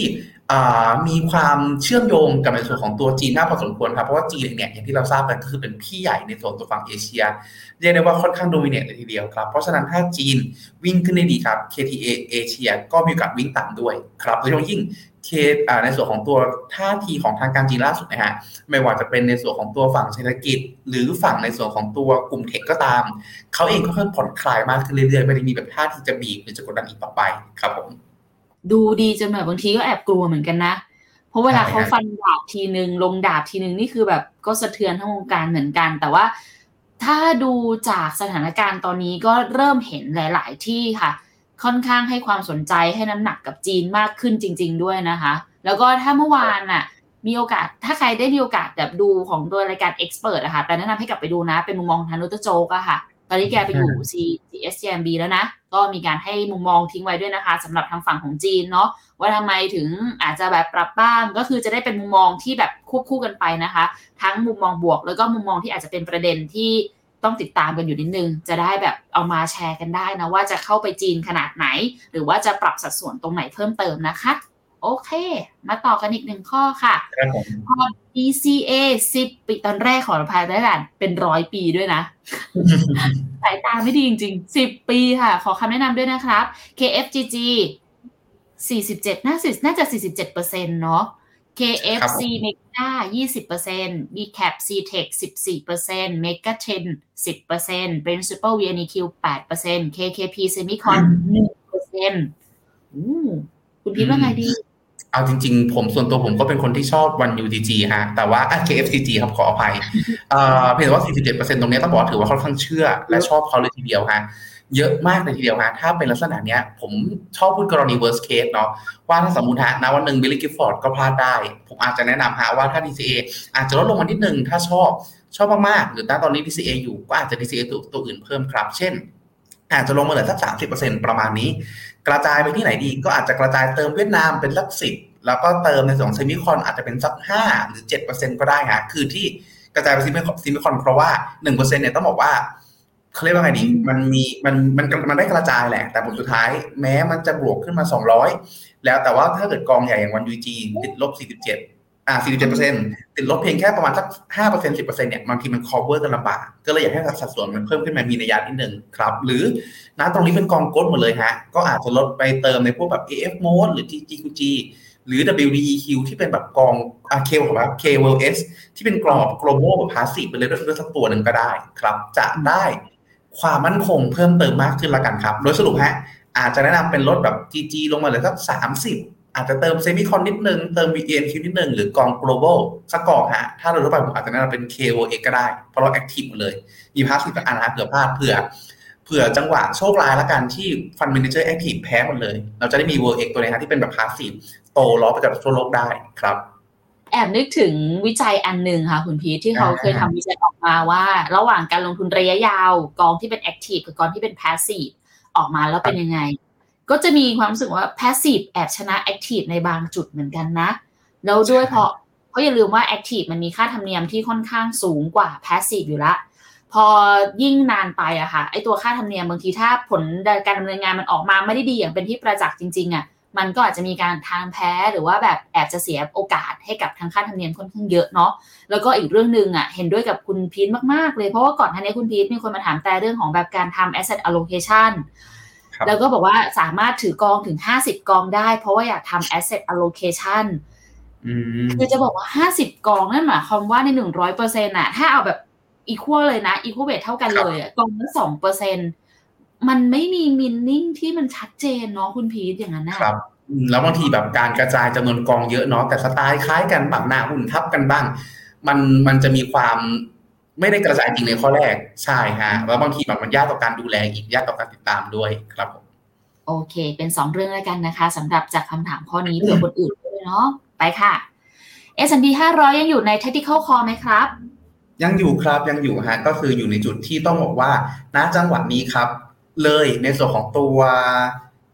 มีความเชื่อมโยงกับในส่วนของตัวจีนมากพอสมควรครับเพราะว่าจีนเนี่ยอย่างที่เราทราบกันก็คือเป็นพี่ใหญ่ในส่วนตัวฝั่งเอเชียเรียกได้ว่าค่อนข้างโดมิเนตเลยทีเดียวครับเพราะฉะนั้นถ้าจีนวิ่งขึ้นได้ดีครับ เค ที เอ เอเชียก็มีโอกาสวิ่งตามด้วยครับโดยเฉพาะยิ่งเคในส่วนของตัวท่าทีของทางการจีนล่าสุดนะฮะไม่ว่าจะเป็นในส่วนของตัวฝั่งเศรษฐกิจหรือฝั่งในส่วนของตัวกลุ่มเทคก็ตามเขาเองก็ค่อยผ่อนคลายมากขึ้นเรื่อยๆไม่ได้มีแบบท่าที่จะบีบหรือจะกดดันอีกต่อไปครับผมดูดีจนแบบบางทีก็แอบกลัวเหมือนกันนะเพราะเวลาเขาฟันดาบทีนึงลงดาบทีนึงนี่คือแบบก็สะเทือนทั้งวงการเหมือนกันแต่ว่าถ้าดูจากสถานการณ์ตอนนี้ก็เริ่มเห็นหลายๆที่ค่ะค่อนข้างให้ความสนใจให้น้ำหนักกับจีนมากขึ้นจริงๆด้วยนะคะแล้วก็ถ้าเมื่อวานน่ะมีโอกาสถ้าใครได้มีโอกาสแบบดูของตัวรายการ Expert อะค่ะแต่แนะนำให้กลับไปดูนะเป็นมุมมองทางดร.โจ๊กอะค่ะตอนนี้แกไปอยู่ ซี เอส ซี เอ็ม บี แล้วนะก็มีการให้มุมมองทิ้งไว้ด้วยนะคะสำหรับทางฝั่งของจีนเนาะว่าทำไมถึงอาจจะแบบปรับบ้างก็คือจะได้เป็นมุมมองที่แบบควบคู่กันไปนะคะทั้งมุมมองบวกแล้วก็มุมมองที่อาจจะเป็นประเด็นที่ต้องติดตามกันอยู่นิดนึงจะได้แบบเอามาแชร์กันได้นะว่าจะเข้าไปจีนขนาดไหนหรือว่าจะปรับสัดส่วนตรงไหนเพิ่มเติมนะคะโอเคมาต่อกันอีกหนึ่งข้อค่ะพอ ดี ซี เอ สิบปีตอนแรกของเราพายได้กันเป็นร้อยปีด้วยนะ สายตาไม่ดีจริงๆสิบปีค่ะขอคำแนะนำด้วยนะครับ เค เอฟ จี จี สี่สิบเจ็ดน่าจะน่าจะ สี่สิบเจ็ดเปอร์เซ็นต์ เนาะ เค เอฟ ซี Mega ยี่สิบเปอร์เซ็นต์ บี แคป ซี-Tech สิบสี่เปอร์เซ็นต์ Mega สิบ สิบเปอร์เซ็นต์ Principal วี เอ็น อี คิว แปดเปอร์เซ็นต์ เค เค พี Semicon หนึ่งเปอร์เซ็นต์ อู้คุณพีทว่าไงดีเอาจริงๆผมส่วนตัวผมก็เป็นคนที่ชอบ วัน ยู ที จี ฮะแต่ว่า เค เอฟ ซี จี ครับขออภัยเอ่อเพียงแต่ว่า สี่สิบเจ็ดเปอร์เซ็นต์ ตรงนี้ต้องบอกถือว่าค่อนข้างเชื่อและชอบเขาเลยทีเดียวฮะเยอะมากเลยทีเดียวฮะถ้าเป็นลักษณะเนี้ยผมชอบพูดกรณี worst case เนาะว่าถ้าสมมุติฮะณวันหนึ่ง Billy Gifford ก็พลาดได้ผมอาจจะแนะนำฮะว่าถ้า ดี ซี เอ อาจจะลดลงมานิดนึงถ้าชอบชอบมากๆหรือถ้าตอนนี้ ดี ซี เอ อยู่ก็อาจจะ ดี ซี เอ ตัวตัวอื่นเพิ่มครับเช่นอาจจะลงมาเหลือสัก สามสิบเปอร์เซ็นต์ ประมาณนี้กระจายไปที่ไหนดีก็อาจจะกระจายเติมเวียดนามเป็นสักสิบแล้วก็เติมในส่วนของเซมิคอนอาจจะเป็นสักห้าหรือ เจ็ดเปอร์เซ็นต์ ก็ได้ฮะคือที่กระจายไปเซมิคอนเพราะว่า หนึ่งเปอร์เซ็นต์ เนี่ยต้องบอกว่าเขาเรียกว่าไงดีมันมีมันมันมันได้กระจายแหละแต่ผลสุดท้ายแม้มันจะบวกขึ้นมาสองร้อยแล้วแต่ว่าถ้าเกิดกองใหญ่อย่างวัน ยู จี ติดลบสี่สิบเจ็ดอ่า สี่สิบเจ็ดเปอร์เซ็นต์ ติดลบเพียงแค่ประมาณสัก ห้าเปอร์เซ็นต์ สิบเปอร์เซ็นต์ เนี่ยบางทีมัน cover กันลำบากก็เลยอยากให้สัดส่วนมันเพิ่มขึ้นมามีนัยยะนิดนึงครับหรือณตรงนี้เป็นกองโกลด์หมดเลยฮะก็อาจจะลดไปเติมในพวกแบบ เอ เอฟ Mode หรือ จี จี คิว จี หรือ ดับเบิลยู ดี อี คิว ที่เป็นแบบกองอ่า K ของแบบ เค วี แอล เอส ที่เป็นกรอบ global แบบ passive ไปเลยด้วยสักตัวหนึ่งก็ได้ครับจะได้ความมั่นคงเพิ่มเติมมากขึ้นละกันครับโดยสรุปฮะอาจจะแนะนำเป็นลดแบบ จี จี ลงมาเหลือสักสามสิบอาจจะเติม Semicon นิดนึงเติม วี เอ็น คิว นิดนึงหรือกอง global สักกองฮะถ้าเราทั่วไปผมอาจจะแนะนำเป็น เค โอ เอ็กซ์ ก็ได้เพราะเรา active หมดเลยมี passive กับอันนะเผื่อพลาดเผื่อเผื่อจังหวะโชคร้ายละกันที่ Fund Manager Active แพ้หมดเลยเราจะได้มี World X ตัวนี้ฮะที่เป็นแบบ passiveโตล้อไปกับทั่วโลกได้ครับแอบนึกถึงวิจัยอันหนึ่งค่ะคุณพีทที่เขาเคยทำวิจัยออกมาว่าระหว่างการลงทุนระยะยาวกองที่เป็น active กับกองที่เป็น passive ออกมาแล้วเป็นยังไงก็จะมีความรู้สึกว่า passive แอบชนะ active ในบางจุดเหมือนกันนะแล้วด้วยเพราะเพราะอย่าลืมว่า active มันมีค่าธรรมเนียมที่ค่อนข้างสูงกว่า passive อยู่ละพอยิ่งนานไปอะค่ะไอตัวค่าธรรมเนียมบางทีถ้าผลการดำเนินงานมันออกมาไม่ได้ดีอย่างเป็นที่ประจักษ์จริงๆอะมันก็อาจจะมีการทางแพ้หรือว่าแบบแอบจะเสียโอกาสให้กับทางค่าธรรมเนียมค่อนข้างเยอะเนาะแล้วก็อีกเรื่องนึงอ่ะเห็นด้วยกับคุณพีทมากๆเลยเพราะว่าก่อนหน้านี้คุณพีทมีคนมาถามแต่เรื่องของแบบการทำ asset allocation แล้วก็บอกว่าสามารถถือกองถึงห้าสิบกองได้เพราะว่าอยากทำ asset allocation คือจะบอกว่าห้าสิบกองนั่นหมายความว่าใน หนึ่งร้อยเปอร์เซ็นต์ น่ะถ้าเอาแบบ equal เลยนะ equal weight เท่ากันเลยกองละ สองเปอร์เซ็นต์ มันไม่มีมินนิ่งที่มันชัดเจนเนาะคุณพีทอย่างนั้นนะครับแล้วบางทีแบบการกระจายจำนวนกองเยอะเนาะแต่สไตล์คล้ายกันบางหน้าหุ้นทับกันบ้างมันมันจะมีความไม่ได้กระจายจริงในข้อแรกใช่ฮะแล้วบางทีแบบมันยากต่อการดูแลอีกยากต่อการติดตามด้วยครับผมโอเคเป็นสองเรื่องแล้วกันนะคะสำหรับจากคำถามข้อนี้เผื่อคนอื่นด้วยเนาะไปค่ะ เอส แอนด์ พี ห้าร้อยยังอยู่ใน Tactical Call ไหมครับยังอยู่ครับยังอยู่ฮะก็คืออยู่ในจุดที่ต้องบอกว่าณจังหวะนี้ครับเลยในส่วนของตัว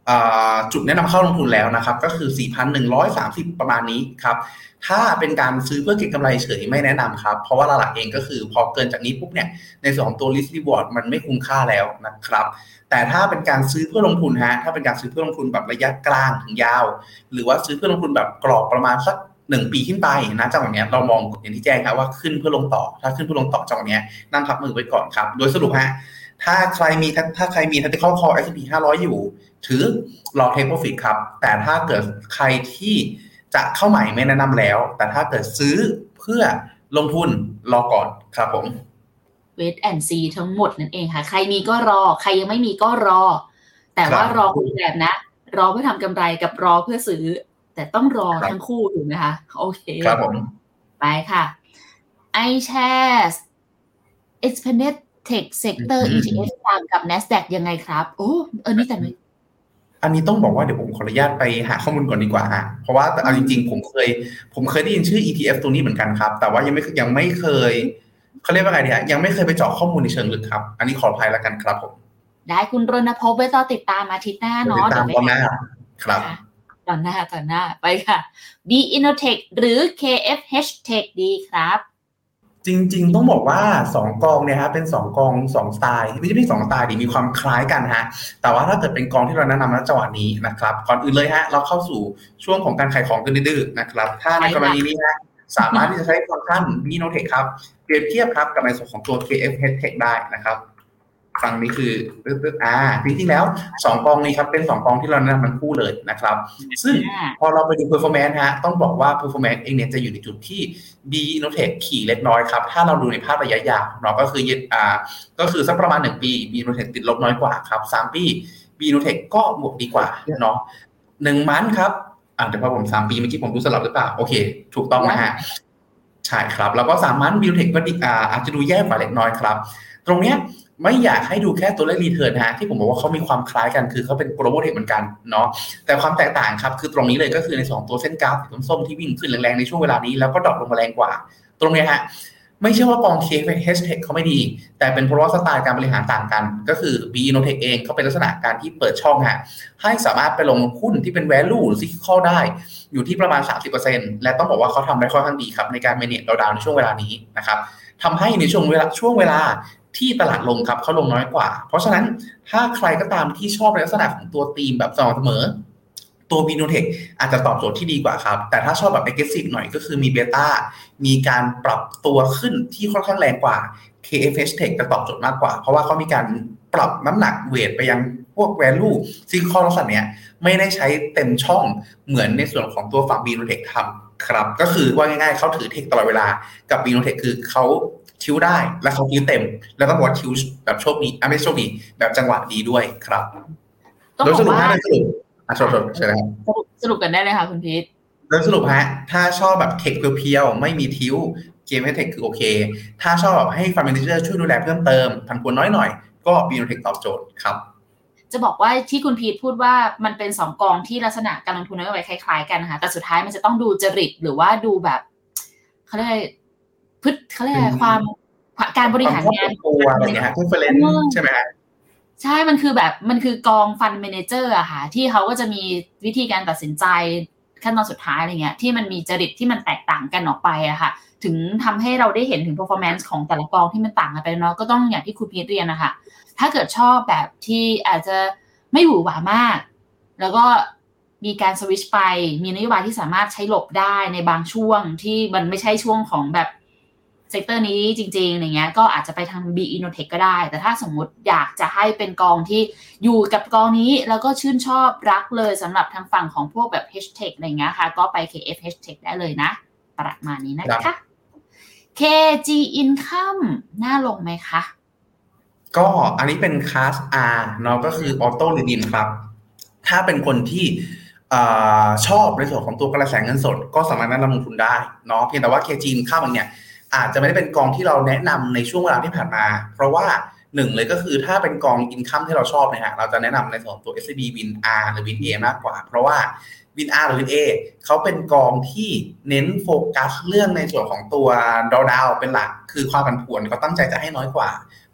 จุดแนะนำเข้าลงทุนแล้วนะครับก็คือ สี่พันหนึ่งร้อยสามสิบ ประมาณนี้ครับถ้าเป็นการซื้อเพื่อเก็งกำไรเฉยไม่แนะนำครับเพราะว่าหลักๆเองก็คือพอเกินจากนี้ปุ๊บเนี่ยในส่วนของตัว risk reward มันไม่คุ้มค่าแล้วนะครับแต่ถ้าเป็นการซื้อเพื่อลงทุนฮะถ้าเป็นการซื้อเพื่อลงทุนแบบระยะกลางถึงยาวหรือว่าซื้อเพื่อลงทุนแบบกรอบประมาณสักหนึ่งปีขึ้นไปนะจังหวะนี้เรามองอย่างที่แจ้งครับว่าขึ้นเพื่อลงต่อถ้าขึ้นเพื่อลงต่อจังหวะนี้นั่งพักมือไว้ก่อนครับโดยสรุปฮะถ้าใครมีถ้าใครมี tactical call เอส แอนด์ พี ห้าร้อยอยู่ถือรอ take profit ครับแต่ถ้าเกิดใครที่จะเข้าใหม่ไม่แนะนำแล้วแต่ถ้าเกิดซื้อเพื่อลงทุนรอก่อนครับผม wait and see ทั้งหมดนั่นเองค่ะใครมีก็รอใครยังไม่มีก็รอแต่ว่ารอคุณแบบนะรอเพื่อทำกำไรกับรอเพื่อซื้อแต่ต้องรอทั้งคู่ถูกไหมคะโอเคครับผมไปค่ะ iShares Expander Tech Sector อี ที เอฟ ตามกับ Nasdaq ยังไงครับโอ้เออนี่แต่ไม่อันนี้ต้องบอกว่าเดี๋ยวผมขออนุญาตไปหาข้อมูลก่อนดีกว่าฮะเพราะว่าเอาจริงๆผมเคยผมเคยได้ยินชื่อ อี ที เอฟ ตัวนี้เหมือนกันครับแต่ว่ายังไม่ยังไม่เคยเขาเรียกว่าไงดีฮะยังไม่เคยไปเจาะข้อมูลในเชิงลึกครับอันนี้ขออภัยแล้วกันครับผมได้คุณรณพงษ์ไว้ต่อติดตามอาทิตย์หน้าเนาะติดตามตอนหน้าครับตอนหน้าตอนหน้าไปค่ะ B Innotech หรือ เค เอฟ เอช Tech ดีครับจริงๆต้องบอกว่าสองกองเนี่ยฮะเป็นสองกองสองสไตล์ไม่ใช่เป็นสองสไตล์ดิมีความคล้ายกันฮะแต่ว่าถ้าเกิดเป็นกองที่เราแนะนำณจังหวะนี้นะครับก่อนอื่นเลยฮะเราเข้าสู่ช่วงของการขายของกันดื้อๆนะครับถ้าในกรณีนี้ฮะสามารถที่จะใช้ฟังก์ชัน B Innotech ครับเปรียบเทียบครับกับในส่วนของตัว เค เอฟ เอช Tech ได้นะครับฟังนี้คือตึ๊ดๆอ่าจริงๆแล้วสองกองนี้ครับเป็นสองกองที่เราแนะนำมันคู่เลยนะครับซึ่งพอเราไปดู performance ฮะต้องบอกว่า performance เองเนี่ยจะอยู่ในจุดที่ B Innotech ขี่เล็กน้อยครับถ้าเราดูในภาพระยะยาวเนาะก็คืออ่าก็คือสักประมาณหนึ่งปี B Innotech ติดลบน้อยกว่าครับสามปี B Innotech ก็บวกดีกว่าเนาะหนึ่งมันครับอ่าเดี๋ยวพอผมสามปีเมื่อกี้ผมดูสลับหรือเปล่าโอเคถูกต้องนะฮะใช่ครับแล้วก็สามมัน B Innotech ก็อ่าอาจจะดูแย่กว่าเล็กน้อยครับตรงเนี้ยไม่อยากให้ดูแค่ตัวเลขรีเทิร์นฮะที่ผมบอกว่าเขามีความคล้ายกันคือเขาเป็น global tech เหมือนกันเนาะแต่ความแตกต่างครับคือตรงนี้เลยก็คือในสองตัวเส้นกราฟสีส้มๆที่วิ่งขึ้นแรงๆในช่วงเวลานี้แล้วก็ดรอปลงมาแรงกว่าตรงนี้ฮะไม่ใช่ว่ากอง เค เอฟ เอช Tech เขาไม่ดีแต่เป็นเพราะว่าสไตล์การบริหารต่างกันก็คือ B Innotech เองเขาเป็นลักษณะการที่เปิดช่องฮะให้สามารถไปลงหุ้นที่เป็น value หรือ cyclical ได้อยู่ที่ประมาณ สามสิบเปอร์เซ็นต์ และต้องบอกว่าเขาทำได้ค่อนข้างดีครับในการ manage drawdown ในช่วงเวลานี้นะครับทำให้ในช่วงเวลาช่วงเวลาที่ตลาดลงครับเขาลงน้อยกว่าเพราะฉะนั้นถ้าใครก็ตามที่ชอบในลักษณะของตัวธีมแบบสม่ำเสมอตัว B Innotech อาจจะตอบโจทย์ที่ดีกว่าครับแต่ถ้าชอบแบบ aggressive หน่อยก็คือมีเบต้ามีการปรับตัวขึ้นที่ค่อนข้างแรงกว่า เค เอฟ เอช Tech จะตอบโจทย์มากกว่าเพราะว่าเขามีการปรับน้ำหนักเวทไปยังพวก value ซึ่งข้อลักษณะเนี้ยไม่ได้ใช้เต็มช่องเหมือนในส่วนของตัวฝั่ง B Innotech ทำครับก็คือว่าง่ายๆเขาถือเทคตลอดเวลากับ B Innotech คือเขาคิวได้แล้วเขาคิวเต็มแล้วก็บอกคิวแบบโชคดีอ่ะไม่โชคดีแบบจังหวะดีด้วยครับโดยสรุปฮะสรุปอ่ะสรุปใช่ไหมสรุปกันได้เลยค่ะคุณพีทโดยสรุปฮะถ้าชอบแบบเทคเพียวๆไม่มีทิวเกมให้เทคคือโอเคถ้าชอบแบบให้ฟันเมเนเจอร์ช่วยดูแลเพิ่มเติมผันผวนน้อยหน่อยก็ B Innotech ตอบโจทย์ครับจะบอกว่าที่คุณพีทพูดว่ามันเป็นสองกองที่ลักษณะการลงทุนนโยบายคล้ายๆกันนะคะแต่สุดท้ายมันจะต้องดูจริตหรือว่าดูแบบเขาเรียกพฤติเขาเรียกความการบริหารงานตัวอะไรเงี้ยฮะ preference ใช่ไหมฮะใช่มันคือแบบมันคือกองฟันเมเนเจอร์อะค่ะที่เขาก็จะมีวิธีการตัดสินใจขั้นตอนสุดท้ายอะไรเงี้ยที่มันมีจริตที่มันแตกต่างกันออกไปอะค่ะถึงทำให้เราได้เห็นถึง performance ของแต่ละกองที่มันต่างกันไปเนาะก็ต้องอย่างที่คุณพีทเรียนนะคะถ้าเกิดชอบแบบที่อาจจะไม่หวือหวามากแล้วก็มีการสวิตช์ไปมีนโยบายที่สามารถใช้หลบได้ในบางช่วงที่มันไม่ใช่ช่วงของแบบเซกเตอร์นี้จริงๆอะไรเงี้ยก็อาจจะไปทาง B Innotech ก็ได้แต่ถ้าสมมุติอยากจะให้เป็นกองที่อยู่กับกองนี้แล้วก็ชื่นชอบรักเลยสำหรับทางฝั่งของพวกแบบ H-Tech อะไรเงี้ยค่ะก็ไป เค เอฟ เอช Tech ได้เลยนะประมาณนี้นะคะ เค จี Income น่าลงไหมคะก็อันนี้เป็นคลาส R เนาะก็คือ Auto Redeem ครับถ้าเป็นคนที่ชอบในส่วนของตัวกระแสเงินสดก็สามารถแนะนำลงทุนได้เนาะเพียงแต่ว่า เค จี Income เนี่ยอาจจะไม่ได้เป็นกองที่เราแนะนำในช่วงเวลาที่ผ่านมาเพราะว่าหนึ่งเลยก็คือถ้าเป็นกอง Income ที่เราชอบนะฮะเราจะแนะนำในส่วนของตัว เอส ซี บี วิน อาร์ หรือ วิน เอ มากกว่าเพราะว่า วิน อาร์ หรือ วิน เอ เขาเป็นกองที่เน้นโฟกัสเรื่องในส่วนของตัวดาวดาวเป็นหลักคือความผันผวนเขาตั้งใจจะให้น้อยกว่า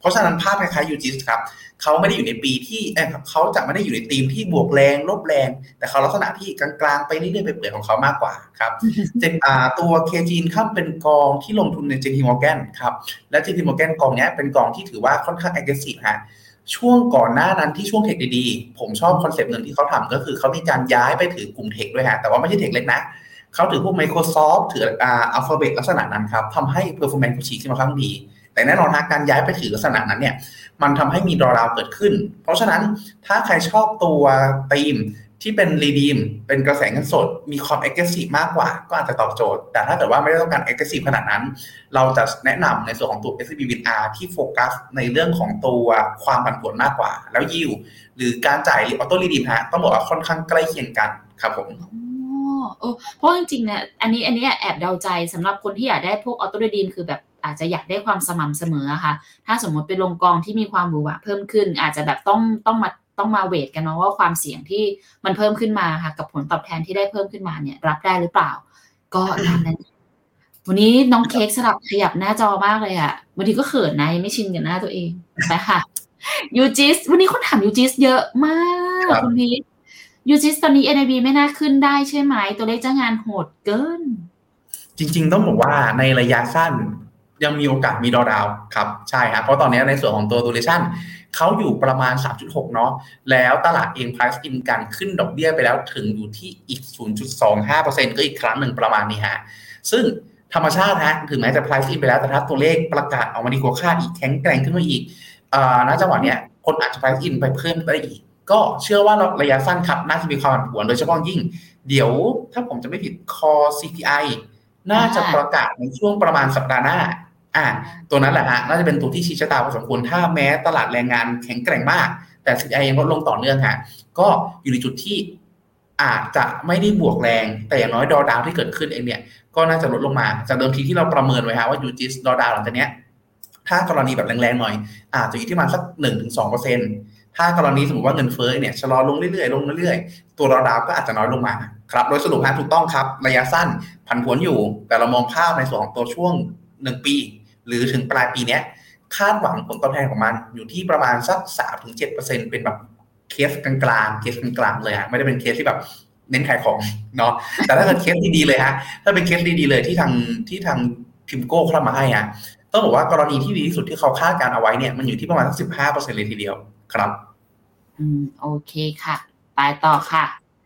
เพราะฉะนั้นภาพคล้ายๆ ยู จี ไอ เอส ครับเขาไม่ได้อยู่ในปีที่เอ้ยเขาจะไม่ได้อยู่ในธีมที่บวกแรงลบแรงแต่เขาลักษณะที่กลางๆไปเรื่อยๆไปเปื่อยของเขามากกว่าครับเจนอ่าตัว เค จี Income เป็นกองที่ลงทุนใน เจ พี Morgan ครับและ เจ พี Morgan กองนี้เป็นกองที่ถือว่าค่อนข้าง aggressive ฮะช่วงก่อนหน้านั้นที่ช่วงเทคดีๆผมชอบคอนเซปต์หนึ่งที่เขาทำก็คือเขามีการย้ายไปถือกลุ่มเทคด้วยฮะแต่ว่าไม่ใช่เทคเล็กนะเขาถือพวก Microsoft ถืออ่า Alphabet ลักษณะนั้นครับทำให้ performance เขาฉีกขึ้นมาค่อนข้างดีแต่แน่นอนนะการย้ายไปถือลักษณะนั้นเนี่ยมันทำให้มี drawdown เกิดขึ้นเพราะฉะนั้นถ้าใครชอบตัวธีมที่เป็น redeem เป็นกระแสเงินสดมีความ aggressive มากกว่าก็อาจจะตอบโจทย์แต่ถ้าเกิดว่าไม่ได้ต้องการ aggressive ขนาดนั้นเราจะแนะนำในส่วนของตัว เอส ซี บี วิน อาร์ ที่โฟกัสในเรื่องของตัวความผันผวนมากกว่าแล้ว yield หรือการจ่าย auto redeem ฮะต้องบอกว่าค่อนข้างใกล้เคียงกันครับผมอ๋อเพราะจริงๆเนี่ยอันนี้อันนี้แอบเดาใจสำหรับคนที่อยากได้พวก auto redeem คือแบบอาจจะอยากได้ความสม่ำเสมอค่ะถ้าสมมติเป็นลงกองที่มีความหวือหวาเพิ่มขึ้นอาจจะแบบต้องต้องมาต้องมาเวทกันเนาะว่าความเสี่ยงที่มันเพิ่มขึ้นมาค่ะกับผลตอบแทนที่ได้เพิ่มขึ้นมาเนี่ยรับได้หรือเปล่าก็ตามนั้นวันนี้น้องเค้กสลับขยับหน้าจอมากเลยอ่ะบางทีก็เขินนะยังไม่ชินกับหน้าตัวเองไปค่ะยูจิสวันนี้คนถามยูจิสเยอะมากคุณพีทยูจิสตอนนี้ เอ็น ไอ บี ไม่น่าขึ้นได้ใช่ไหมตัวเลขจ้างงานโหดเกินจริงๆต้องบอกว่าในระยะสั้นยังมีโอกาสมีดอดาวครับใช่ครับเพราะตอนนี้ในส่วนของตัว duration เขาอยู่ประมาณ สามจุดหก เนาะแล้วตลาดเอง price in การขึ้นดอกเบี้ยไปแล้วถึงอยู่ที่อีก ศูนย์จุดสองห้าเปอร์เซ็นต์ ก็อีกครั้งหนึ่งประมาณนี้ฮะซึ่งธรรมชาติฮะถึงแม้จะ price in ไปแล้วแต่ถ้าตัวเลขประกาศออกมาดีกว่าคาดอีกแข็งแกร่งขึ้นมาอีกอ่าณจังหวะเนี้ยคนอาจจะ price in ไปเพิ่มได้อีกก็เชื่อว่าระยะสั้นครับน่าจะมีความผันผวนโดยเฉพาะยิ่งเดี๋ยวถ้าผมจะไม่ผิด Core ซี พี ไอ น่าจะประกาศในช่วงประมาณสัปดาห์หน้าอ่าตัวนั้นแหละฮะน่าจะเป็นตัวที่ชี้ชะตาพอสมควรถ้าแม้ตลาดแรงงานแข็งแกร่งมากแต่ ซี พี ไอ ยังลดลงต่อเนื่องฮะก็อยู่ในจุดที่อาจจะไม่ได้บวกแรงแต่อย่างน้อยดอดาวที่เกิดขึ้นเองเนี่ยก็น่าจะลดลงมาจากเดิมทีที่เราประเมินไว้ฮะว่ายูจิสดอดาวหลังจากเนี้ยถ้ากรณีแบบแรงๆหน่อยอาจจะอยู่ที่ประมาณสัก หนึ่งถึงสองเปอร์เซ็นต์ ถ้ากรณีสมมติว่าเงินเฟ้อเนี่ยชะลอลงเรื่อยๆลงเรื่อยๆตัวดอดาวก็อาจจะน้อยลงมาครับโดยสรุปฮะถูกต้องครับระยะสั้นผันผวนอยู่แต่เรามองภาพในส่วนของตัวช่วงหนึ่งปีหรือถึงปลายปีนี้คาดหวังผลตอบแทนของมันอยู่ที่ประมาณสัก สามถึงเจ็ดเปอร์เซ็นต์ เป็นแบบเคสกลางๆเคสกลางๆเลยฮะไม่ได้เป็นเคสที่แบบเน้นขายของเนาะแต่ถ้าเกิดเคสดีๆเลยฮะถ้าเป็นเคสดีๆเลยที่ทางที่ทางพิมโก้เขาทำมาให้ฮะต้องบอกว่ากรณีที่ดีที่สุดที่เขาคาดการเอาไว้เนี่ยมันอยู่ที่ประมาณสัก สิบห้าเปอร์เซ็นต์ เลยทีเดียวครับอืมโอเคค่ะไปต่อค่ะ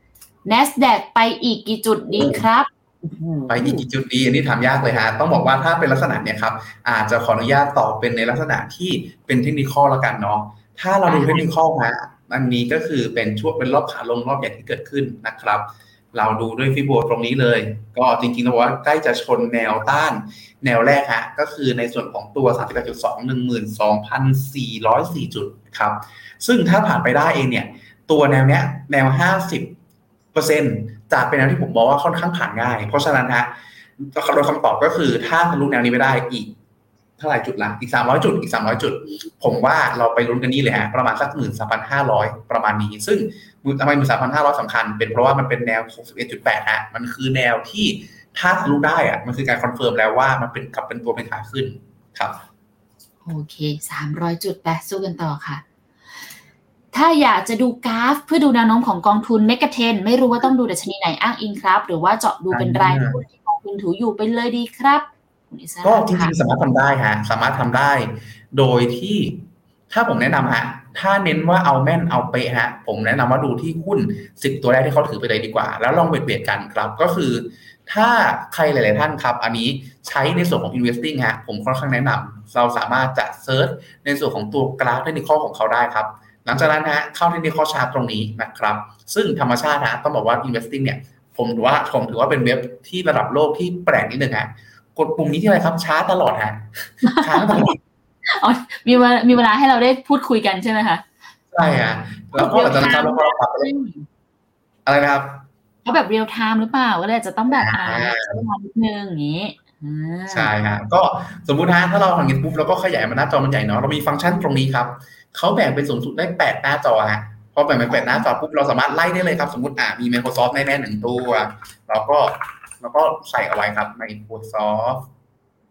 NASDAQ ไปอีกกี่จุดดีครับไปอีกกี่จุดดีอันนี้ถามยากเลยฮะต้องบอกว่าถ้าเป็นลักษณะเนี่ยครับอาจจะขออนุญาตตอบเป็นในลักษณะที่เป็นเทคนิคละกันเนาะถ้าเราดูเทคนิคฮะอันนี้ก็คือเป็นช่วงเป็นรอบขาลงรอบใหญ่ที่เกิดขึ้นนะครับเราดูด้วยฟิโบตรงนี้เลยก็จริงๆแล้วว่าใกล้จะชนแนวต้านแนวแรกฮะก็คือในส่วนของตัว สามสิบแปดจุดสอง หนึ่งหมื่นสองพันสี่ร้อยสี่ จุดครับซึ่งถ้าผ่านไปได้เองเนี่ยตัวแนวเนี้ยแนว ห้าสิบเปอร์เซ็นต์ จะเป็นแนวที่ผมบอกว่าค่อนข้างผ่านง่ายเพราะฉะนั้นฮะโดยคำตอบก็คือถ้าทะลุแนวนี้ไม่ได้อีกเท่าไหร่จุดละอีกสามร้อยจุดอีกสามร้อยจุดผมว่าเราไปลุ้นกันนี่เลยฮะประมาณสัก หนึ่งหมื่นสามพันห้าร้อย ประมาณนี้ซึ่งทำไม หนึ่งหมื่นสามพันห้าร้อย สำคัญเป็นเพราะว่ามันเป็นแนว หกสิบเอ็ดจุดแปด ฮะมันคือแนวที่ถ้าทะลุได้อะมันคือการคอนเฟิร์มแล้วว่ามันเป็นกลับเป็นตัวเป็นขาขึ้นครับโอเคสามร้อยจุดไปสู้กันต่อค่ะถ้าอยากจะดูกราฟเพื่อดูแนวโน้มของกองทุนเมกะเทนไม่รู้ว่าต้องดูดัชนีไหนอ้างอิงครับหรือว่าเจาะดูเป็นรายหุ้นที่กองทุนถืออยู่ไปเลยดีครับก็จริงๆสามารถทำได้ฮะสามารถทำได้โดยที่ถ้าผมแนะนำฮะถ้าเน้นว่าเอาแม่นเอาเป๊ะฮะผมแนะนำว่าดูที่หุ้นสิบตัวแรกที่เขาถือไปเลยดีกว่าแล้วลองเบียดๆกันครับก็คือถ้าใครหลายๆท่านครับอันนี้ใช้ในส่วนของ investing ฮะผมค่อนข้างแนะนำเราสามารถจะเซิร์ชในส่วนของตัวกราฟเทคนิคของเขาได้ครับหลังจากนั้นฮะเข้าเทคนิคชาร์ตตรงนี้นะครับซึ่งธรรมชาติฮะต้องบอกว่า investing เนี่ยผมถือว่าผมถือว่าเป็นเว็บที่ระดับโลกที่แปลกนิดนึงฮะกดปุ่มนี้ที่อะไรครับช้าตลอดฮะช้าตลอดอ๋อมีเวลามีเวลาให้เราได้พูดคุยกันใช่ไหมคะใช่ฮะแล้วก็หลังจากนั้นเราก็ปรับอะไรนะครับเขาแบบเรียลไทม์หรือเปล่าก็เลยจะต้องแบบอ่าใช้เวลานิดนึงอย่างนี้ใช่ฮะก็สมมุติฮะถ้าเราทำอย่างนี้ปุ๊บเราก็ขยายมันหน้าจอมันใหญ่เนาะเรามีฟังก์ชันตรงนี้ครับเขาแบ่งเป็นสูงสุดได้แปดหน้าจอฮะพอแบ่งเป็นแปดหน้าจอปุ๊บเราสามารถไล่ได้เลยครับสมมุติอ่ามี Microsoft แน่ๆหนึ่งตัวเราก็เราก็ใส่เอาไว้ครับ Microsoft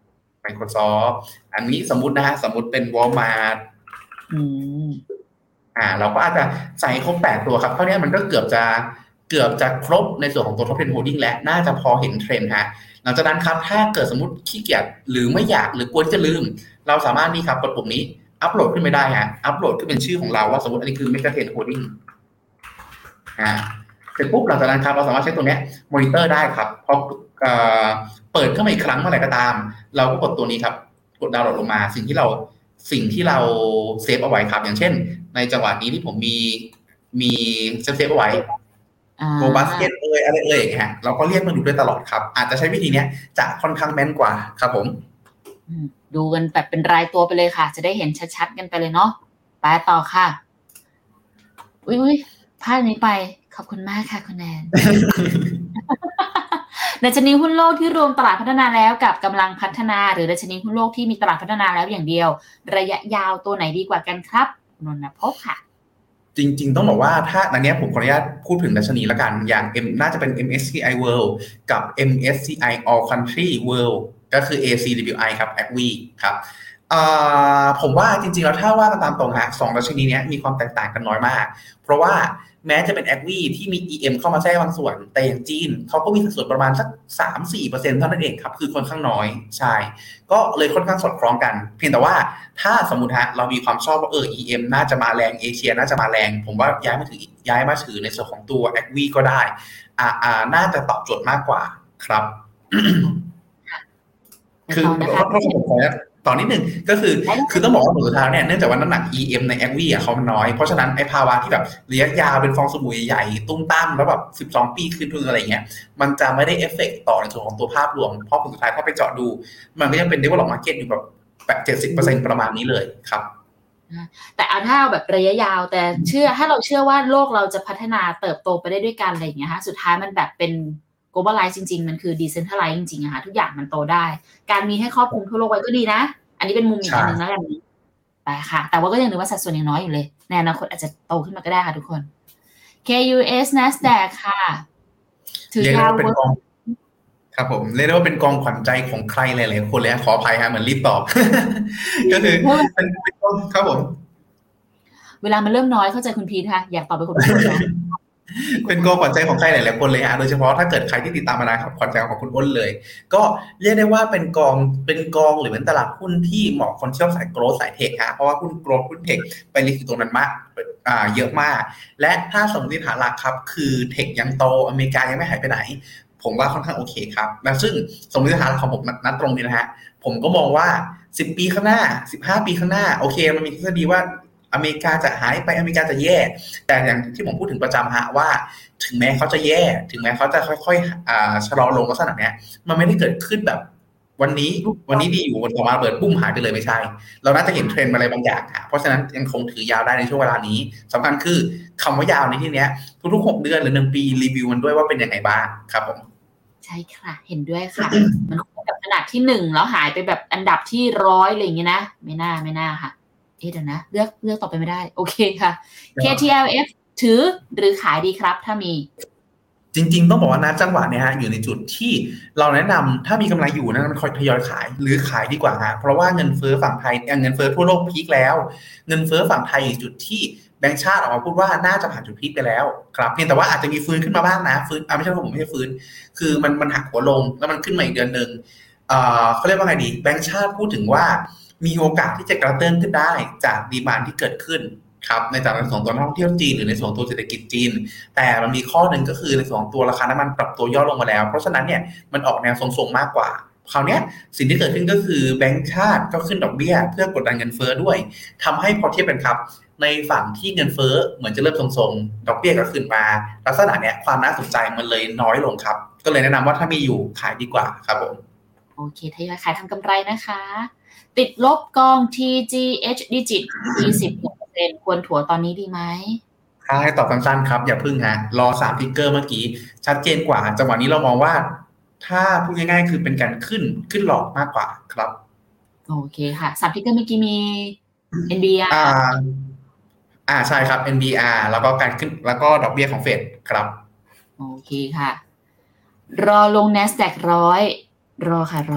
Microsoft อันนี้สมมุตินะฮะสมมุติเป็น Walmart อืมอ่าเราก็อาจจะใส่ครบแปดตัวครับเท่านี้มันก็เกือบจะเกือบจะครบในส่วนของตัว Top สิบ Holding และน่าจะพอเห็นเทรนด์ฮะหลังจากนั้นครับถ้าเกิดสมมุติขี้เกียจหรือไม่อยากหรือกลัวที่จะลืมเราสามารถนี่ครับกดปุ่มนี้อัปโหลดขึ้นไปได้ฮะอัปโหลดขึ้นเป็นชื่อของเราว่าสมมติอันนี้คือ Mega Trend Holding อ่าเสร็จปุ๊บหลังจากนั้นครับเราสามารถใช้ตัวเนี้ยมอนิเตอร์ได้ครับพอเอ่อเปิดเข้ามาอีกครั้งเมื่อไหร่ก็ตามเราก็กดตัวนี้ครับกดดาวน์โหลดลงมาสิ่งที่เราสิ่งที่เราเซฟเอาไว้ครับอย่างเช่นในจังหวะนี้ที่ผมมีมีเซฟเซฟเอาไว้โกบัสเก็ตเอ่ยอะไรเอ่ยอย่างเงี้ยเราก็เรียกมันดูได้ตลอดครับอาจจะใช้วิธีนี้จะค่อนข้างแม่นกว่าครับผมดูกันแบบเป็นรายตัวไปเลยค่ะจะได้เห็นชัดๆกันไปเลยเนาะไปต่อค่ะอุ้ยๆพลาดนี้ไปขอบคุณมากค่ะคุณแนน ดัชนีหุ้นโลกที่รวมตลาดพัฒนาแล้วกับกำลังพัฒนาหรือดัชนีหุ้นโลกที่มีตลาดพัฒนาแล้วอย่างเดียวระยะยาวตัวไหนดีกว่ากันครับนนทภพค่ะจริงๆต้องบอกว่าถ้าอันนี้ผมขออนุญาตพูดถึงดัชนีละกันอย่าง M น่าจะเป็น เอ็ม เอส ซี ไอ World กับ เอ็ม เอส ซี ไอ All Country World ก็คือ เอ ซี ดับเบิลยู ไอ ครับ เอ ซี วี ครับผมว่าจริงๆแล้วถ้าว่ากันตามตรงฮะสองดัชนีนี้มีความแตกต่างกันน้อยมากเพราะว่าแม้จะเป็น เอ ซี วี ที่มี อี เอ็ม เข้ามาแทรกบางส่วนแต่อย่างจีนเขาก็มีสัดส่วนประมาณสัก สามถึงสี่เปอร์เซ็นต์ เท่านั้นเองครับคือค่อนข้างน้อยใช่ก็เลยค่อนข้างสอดคล้องกันเพียงแต่ว่าถ้าสมมุติฮะเรามีความชอบว่าเออ อี เอ็ม น่าจะมาแรงเอเชียน่าจะมาแรงผมว่าย้ายมาถือย้ายมาถือในส่วนของตัว เอ ซี วี ก็ได้อ่าอ่าน่าจะตอบโจทย์มากกว่าครับ คือเพราะผมขอตอนนิดนึงก็คือคือต้องบอกว่าผลสุดท้ายเนี่ยเนื่องจากว่าน้ำหนัก อี เอ็ม ใน เอ ซี วี อ่ะเขามันน้อยเพราะฉะนั้นไอ้ภาวะที่แบบระยะยาวเป็นฟองสบู่ใหญ่ตุ้มตั้มแล้วแบบสิบสองปีคืนทุนอะไรเงี้ยมันจะไม่ได้เอฟเฟกต์ต่อในส่วนของตัวภาพรวมเพราะผลสุดท้ายถ้าไปเจาะดูมันก็ยังเป็น developed market อยู่แบบแบบ เจ็ดสิบเปอร์เซ็นต์ ประมาณนี้เลยครับแต่เอาถ้าแบบระยะยาวแต่เชื่อถ้าเราเชื่อว่าโลกเราจะพัฒนาเติบโตไปได้ด้วยกันอะไรอย่างเงี้ยฮะสุดท้ายมันแบบเป็นglobalize จริงๆมันคือ decentralize จริงๆอะค่ะทุกอย่างมันโตได้การมีให้ครอบคลุมทั่วโลกไว้ก็ดีนะอันนี้เป็นมุมอีกอันนึงแล้วกันไปค่ะแต่ว่าก็ยังถือว่าสัดส่วนยังน้อยอยู่เลยในอนาคตอาจจะโตขึ้นมาก็ได้ค่ะทุกคน เค ยู เอส Nasdaq ค่ะถือยาวเป็นกองครับผมเรียกได้ว่าเป็นกองขวัญใจของใครหลายๆคนเลยขออภัยฮะเหมือนรีบตอบ ก็คือเป็นเป็นกองครับผมเวลามันเริ่มน้อยเข้าใจคุณพีทค่ะอยากตอบไปคนเดียวเป็นกองขวัญใจของใครหลายๆคนเลยฮะโดยเฉพาะถ้าเกิดใครที่ติดตามมานานครับขวัญใจของคุณอ้นเลยก็เรียกได้ว่าเป็นกองเป็นกองหรือเป็นตลาดหุ้นที่เหมาะคนเชี่ยวสายโกรธสายเทคฮะเพราะว่าหุ้นโกรธหุ้นเทคไปลิสต์อยู่ตรงนั้นมากอ่าเยอะมากและถ้าสมมติฐานหลักครับคือเทคยังโตอเมริกายังไม่หายไปไหนผมว่าค่อนข้างโอเคครับและซึ่งสมมติฐานของผมนัดตรงนี้นะฮะผมก็มองว่าสิบปีข้างหน้าสิบห้าปีข้างหน้าโอเคมันมีทฤษฎีว่าอเมริกาจะหายไปอเมริกาจะแย่แต่อย่างที่ผมพูดถึงประจำฮะว่าถึงแม้เขาจะแย่ถึงแม้เขาจะค่อยๆอ่าชะลอลงลักษณะเนี้ยมันไม่ได้เกิดขึ้นแบบวันนี้วันนี้ดีอยู่วันต่อมาเปิดปุ้มหายไปเลยไม่ใช่เราน่าจะเห็นเทรนด์อะไรบางอย่างค่ะเพราะฉะนั้นยังคงถือยาวได้ในช่วงเวลานี้สำคัญคือคำว่ายาวในที่เนี้ยทุกๆหกเดือนหรือหนึ่งปีรีวิวมันด้วยว่าเป็นยังไงบ้างครับผมใช่ค่ะเห็นด้วยค่ะ มันแบบขนาดที่หนึ่งแล้วหายไปแบบอันดับที่ร้อยอะไรอย่างเงี้ยนะไม่น่าไม่น่าค่ะเอ๊ะเดี๋ยวนะเลือกเลือกต่อไปไม่ได้โอเคค่ะ เค ที แอล เอฟ ถือหรือขายดีครับถ้ามีจริงๆต้องบอกว่าณจังหวะเนี่ยฮะอยู่ในจุดที่เราแนะนำถ้ามีกำไรอยู่นะมันคอยทยอยขายหรือขายดีกว่าฮะเพราะว่าเงินเฟ้อฝั่งไทยเงินเฟ้อทั่วโลกพีคแล้วเงินเฟ้อฝั่งไทยอยู่จุดที่แบงก์ชาติออกมาพูดว่าน่าจะผ่านจุดพีคไปแล้วครับเพียงแต่ว่าอาจจะมีฟื้นขึ้นมาบ้างนะฟื้นอ่าไม่ใช่ผมไม่ใช่ฟื้นคือมันมันหักหัวลงแล้วมันขึ้นมาอีกเดือนนึงเอ่อเค้าเรียกว่าไงดีแบงก์ชาติพูดถึงว่ามีโอกาสที่จะกระเตื้องขึ้นได้จากดีมานด์ที่เกิดขึ้นครับในจากในส่วนตัวนักท่องเที่ยวจีนหรือในส่วนตัวเศรษฐกิจจีนแต่มันมีข้อหนึ่งก็คือในส่วนตัวราคาน้ำมันปรับตัวย่อลงมาแล้วเพราะฉะนั้นเนี่ยมันออกแนวทรงๆมากกว่าคราวนี้สิ่งที่เกิดขึ้นก็คือแบงก์ชาติก็ขึ้นดอกเบี้ยเพื่อกดดันเงินเฟ้อด้วยทำให้พอเทียบกันครับในฝั่งที่เงินเฟ้อเหมือนจะเริ่มทรงๆดอกเบี้ยก็ขึ้นมาลักษณะเนี้ยความน่าสนใจมันเลยน้อยลงครับก็เลยแนะนำว่าถ้ามีอยู่ขายดีกว่าครับผมโอเคทยอยขายทำกำไรนะคะติดลบกอง ที จี เอช Digit ยี่สิบเปอร์เซ็นต์ ควรถัวตอนนี้ดีไหมถ้าให้ตอบสั้นๆครับอย่าพึ่งฮะรอสามทิกเกอร์เมื่อกี้ชัดเจนกว่าจังหวะนี้เรามองว่าถ้าพูดง่ายๆคือเป็นการขึ้นขึ้นหลอกมากกว่าครับโอเคค่ะสามทิกเกอร์เมื่อกี้มี เอ็น บี อาร์อ่าอ่าใช่ครับ เอ็น บี อาร์ แล้วก็การขึ้นแล้วก็ดอกเบี้ยของเฟดครับโอเคค่ะรอลง Nasdaq หนึ่งร้อยรอค่ะรอ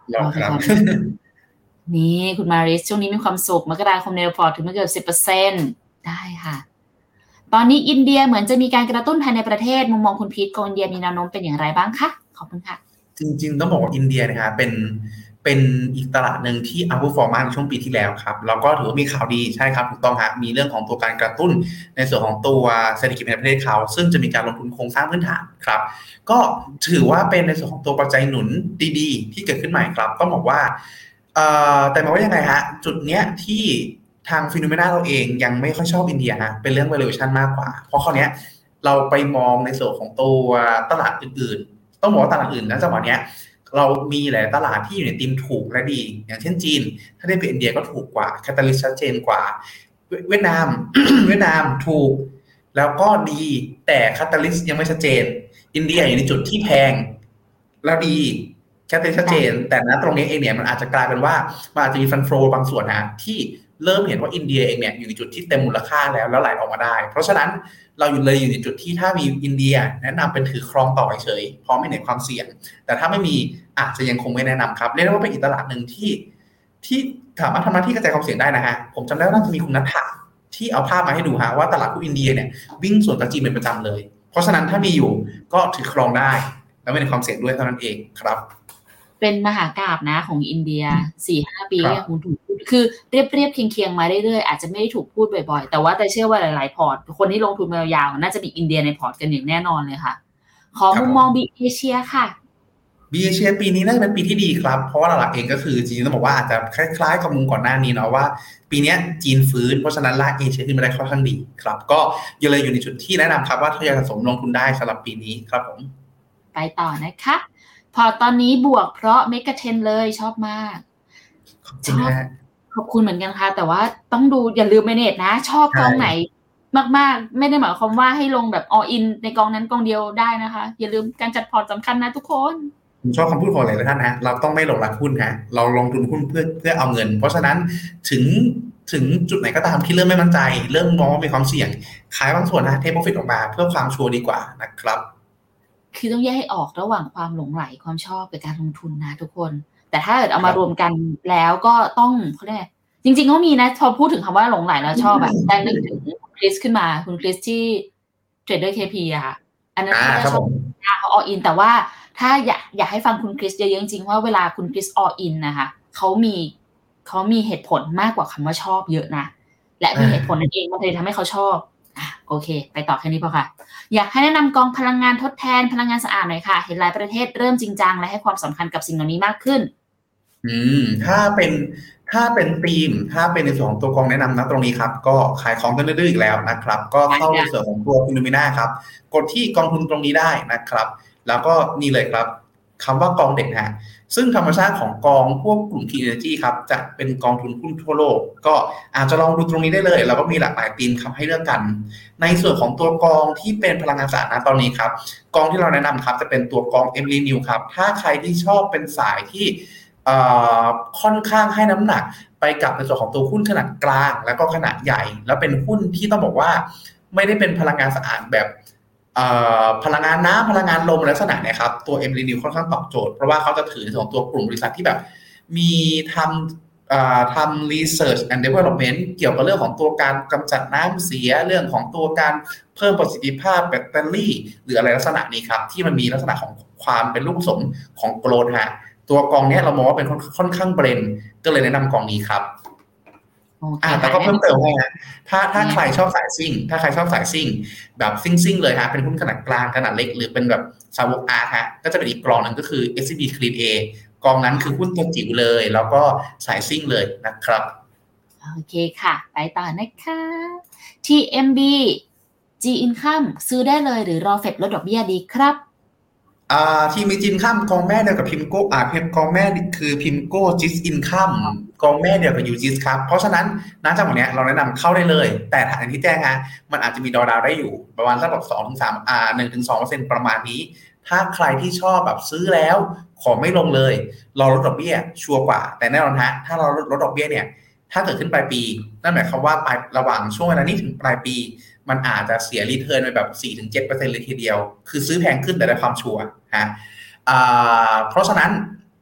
รอครับนี่คุณมาริสช่วงนี้มีความสุขมกราคมในพอร์ตถึงมาเกือบ สิบเปอร์เซ็นต์ ได้ค่ะตอนนี้อินเดียเหมือนจะมีการกระตุ้นภายในประเทศมุมมองคุณพีทของอินเดียมีแนวโน้มเป็นอย่างไรบ้างคะขอบคุณค่ะจริงๆต้องบอกว่าอินเดียนะฮะเป็นเป็นอีกตลาดหนึ่งที่อัพเพอร์ฟอร์มในช่วงปีที่แล้วครับแล้วก็ถือว่ามีข่าวดีใช่ครับถูกต้องฮะมีเรื่องของตัวการกระตุ้นในส่วนของตัวเศรษฐกิจในประเทศเขาซึ่งจะมีการลงทุนโครงสร้างพื้นฐานครับก็ถือว่าเป็นในส่วนของตัวปัจจัยหนุนดีๆที่เกิดขึ้นใหม่ครับต้องบอกว่าเอ่อแต่หมายว่ายังไงฮะจุดเนี้ยที่ทางฟิโนเมนาเราเองยังไม่ค่อยชอบอินเดียฮะเป็นเรื่อง valuation มากกว่าเพราะข้อเนี้ยเราไปมองในส่วนของตัวตลาดอื่นๆต้องบอกว่าตลาดอื่นนะจังหวะเนี้ยเรามีหลายตลาดที่อยู่ในธีมถูกและดีอย่างเช่นจีนถ้าได้เป็นอินเดียก็ถูกกว่าแคตตาลิสต์ชัดเจนกว่าเวียดนาม เวียดนามถูกแล้วก็ดีแต่แคตตาลิสต์ยังไม่ชัดเจนอินเดียอยู่ในจุดที่แพงแล้วดีแคตตาลิสต์ชัดเจนแต่ณตรงนี้เองเนี่ยมันอาจจะกลายเป็นว่ามันอาจจะมีฟันโฟบางส่วนนะที่เริ่มเห็นว่าอินเดียเองเนี่ยอยู่ในจุดที่เต็มมูลค่าแล้วแล้วไหลออกมาได้เพราะฉะนั้นเราอยู่เลยอยู่ในจุดที่ถ้ามีอินเดียแนะนำเป็นถือครองต่อเฉยเพราะไม่เห็นความเสี่ยงแต่ถ้าไม่มีอาจจะยังคงไม่แนะนำครับเรียกได้ว่าเป็นอีกตลาดหนึ่งที่ที่สามารถทำหน้าที่กระจายความเสี่ยงได้นะฮะผมจำได้ว่าน่าจะมีคุณนัทธาที่เอาภาพมาให้ดูฮะว่าตลาดหุ้นอินเดียเนี่ยวิ่งสวนกับจีนเป็นประจำเลยเพราะฉะนั้นถ้ามีอยู่ก็ถือครองได้แล้วไม่มีความเสี่ยงด้วยเท่านั้นเองครับเป็นมหากาพย์นะของอินเดีย สี่ห้า ปีก็คงถูกพูดคือเรียบๆเคียงๆมาเรื่อยๆอาจจะไม่ได้ถูกพูดบ่อยๆแต่ว่าแต่เชื่อว่าหลายๆพอร์ตคนที่ลงทุนมายาวๆน่าจะมีอินเดียในพอร์ตกันอย่างแน่นอนเลยค่ะขอมุมมองบีเอเชียค่ะบีเอเชียปีนี้น่าจะเป็นปีที่ดีครับเพราะว่าหลักๆเองก็คือจริงๆต้องบอกว่าอาจจะคล้ายๆกับมุมก่อนหน้านี้เนาะว่าปีนี้จีนฟื้นเพราะฉะนั้นลากเอเชียขึ้นมาได้ค่อนข้างดีครับก็ยังเลยอยู่ในจุดที่แนะนำครับว่าทยอยสะสมลงทุนได้สำหรับปีนี้ครับผมไปต่อนะคะพอตอนนี้บวกเพราะเมกะเทรนด์เลยชอบมากชอบขอบคุณเหมือนกันค่ะแต่ว่าต้องดูอย่าลืมเมเนจนะชอบกองไหนมากๆไม่ได้หมายความว่าให้ลงแบบ all in ในกองนั้นกองเดียวได้นะคะอย่าลืมการจัดพอร์ตสำคัญนะทุกคนผมชอบคำพูดของหลายท่านนะเราต้องไม่หลงรักหุ้นฮะเราลงทุนหุ้นเพื่อเพื่อเอาเงินเพราะฉะนั้นถึงถึงจุดไหนก็ตามที่เริ่มไม่มั่นใจเริ่มมองว่ามีความเสี่ยงขายบางส่วนนะเทคโปรฟิตออกมาเพื่อความชัวร์ดีกว่านะครับคือต้องแยกให้ออกระหว่างความหลงไหลความชอบกับการลงทุนนะทุกคนแต่ถ้าเกิดเอามารวมกันแล้วก็ต้องเขาเรียกจริงๆก็มีนะพอพูดถึงคำว่าหลงไหลแล้วชอบแบบแต่นึกถึงคุณคริสขึ้นมาคุณคริสที่เทรดเดอร์ เค พี อะค่ะอันนั้นก็ชอบเขาออลอินแต่ว่าถ้าอยากอยากให้ฟังคุณคริสเยอะๆจริงๆว่าเวลาคุณคริสออลอินนะคะเขามีเขามีเหตุผลมากกว่าคำว่าชอบเยอะนะและมีเหตุผลนั่นเองมันเลยทำให้เขาชอบอ่ะโอเคไปต่อแค่นี้พอค่ะอยากให้แนะนำกองพลังงานทดแทนพลังงานสะอาดหน่อยค่ะเห็นหลายประเทศเริ่มจริงจังและให้ความสำคัญกับสิ่งเหล่านี้มากขึ้นอืมถ้าเป็นถ้าเป็นธีมถ้าเป็นในส่วนของตัวกองแนะนำนะตรงนี้ครับก็ขายของกันเรื่อยๆอีกแล้วนะครับก็เข้าในส่วนของตัวฟิโนเมนาครับกดที่กองทุนตรงนี้ได้นะครับแล้วก็นี่เลยครับคำว่ากองเด็กฮะซึ่งธรรมชาติของกองพวกกลุ่ม Clean Energy ครับจะเป็นกองทุนหุ้นทั่วโลกก็อาจจะลองดูตรงนี้ได้เลยแล้วก็มีหลากหลายธีมครับให้เลือกกันในส่วนของตัวกองที่เป็นพลังงานสะอาดนะตอนนี้ครับกองที่เราแนะนำครับจะเป็นตัวกอง Emily New ครับถ้าใครที่ชอบเป็นสายที่ค่อนข้างให้น้ำหนักไปกับในส่วนของตัวหุ้นขนาดกลางแล้วก็ขนาดใหญ่แล้วเป็นหุ้นที่ต้องบอกว่าไม่ได้เป็นพลังงานสะอาดแบบพลังงานน้ำพลังงานลมลักษณะเนี่ยครับตัว Emily New ค่อนข้างตอบโจทย์เพราะว่าเขาจะถือในส่วนของตัวกลุ่มบริษัทที่แบบมีทำทำ research and development เกี่ยวกับเรื่องของตัวการกำจัดน้ำเสียเรื่องของตัวการเพิ่มประสิทธิภาพแบตเตอรี่หรืออะไรลักษณะนี้ครับที่มันมีลักษณะของความเป็นลูกผสมของโกลด์ฮะตัวกองนี้เรามองว่าเป็นค่อนข้างเบรนก็เลยแนะนำกองนี้ครับอ่าแต่ก็เพิ่มเติมให้นะถ้าถ้าใครชอบสายซิ่งถ้าใครชอบสายซิ่งแบบซิ่งซิ่งเลยฮะเป็นหุ้นขนาดกลางขนาดเล็กหรือเป็นแบบสาวกอาร์ฮะก็จะเป็นอีกกองนึงก็คือ เอส ซี บี Clean A กองนั้นคือหุ้นตัวจิ๋วเลยแล้วก็สายซิ่งเลยนะครับโอเคค่ะไปต่อนะคะ ที เอ็ม บี G Income ซื้อได้เลยหรือรอเฟดลดดอกเบี้ยดีครับอ่าที่มีจินข้ามกองแม่เดียวกับพิมโก้อ่าพิมกองแม่คือพิมโก้จิสอินคัมกองแม่เดียวกับยูจิสครับเพราะฉะนั้นณจังหวะนี้เราแนะนำเข้าได้เลยแต่ฐานที่แจ้งฮะมันอาจจะมีดอดาวได้อยู่ประมาณสักแบบสองถึงสามอ่าหนึ่งถึงสองเปอร์เซ็นต์ประมาณนี้ถ้าใครที่ชอบแบบซื้อแล้วขอไม่ลงเลยรอลดดอกเบี้ยชัวร์กว่าแต่แน่นอนฮะถ้าเราลดดอกเบี้ยเนี่ยถ้าเกิดขึ้นปลายปีนั่นหมายความว่าปลายระหว่างช่วงเวลานี้ถึงปลายปีมันอาจจะเสียรีเทิร์นไปแบบ สี่ถึงเจ็ดเปอร์เซ็นต์ เลยทีเดียวคือซื้อแพงขึ้นแต่ได้ความชัวร์ฮะเพราะฉะนั้น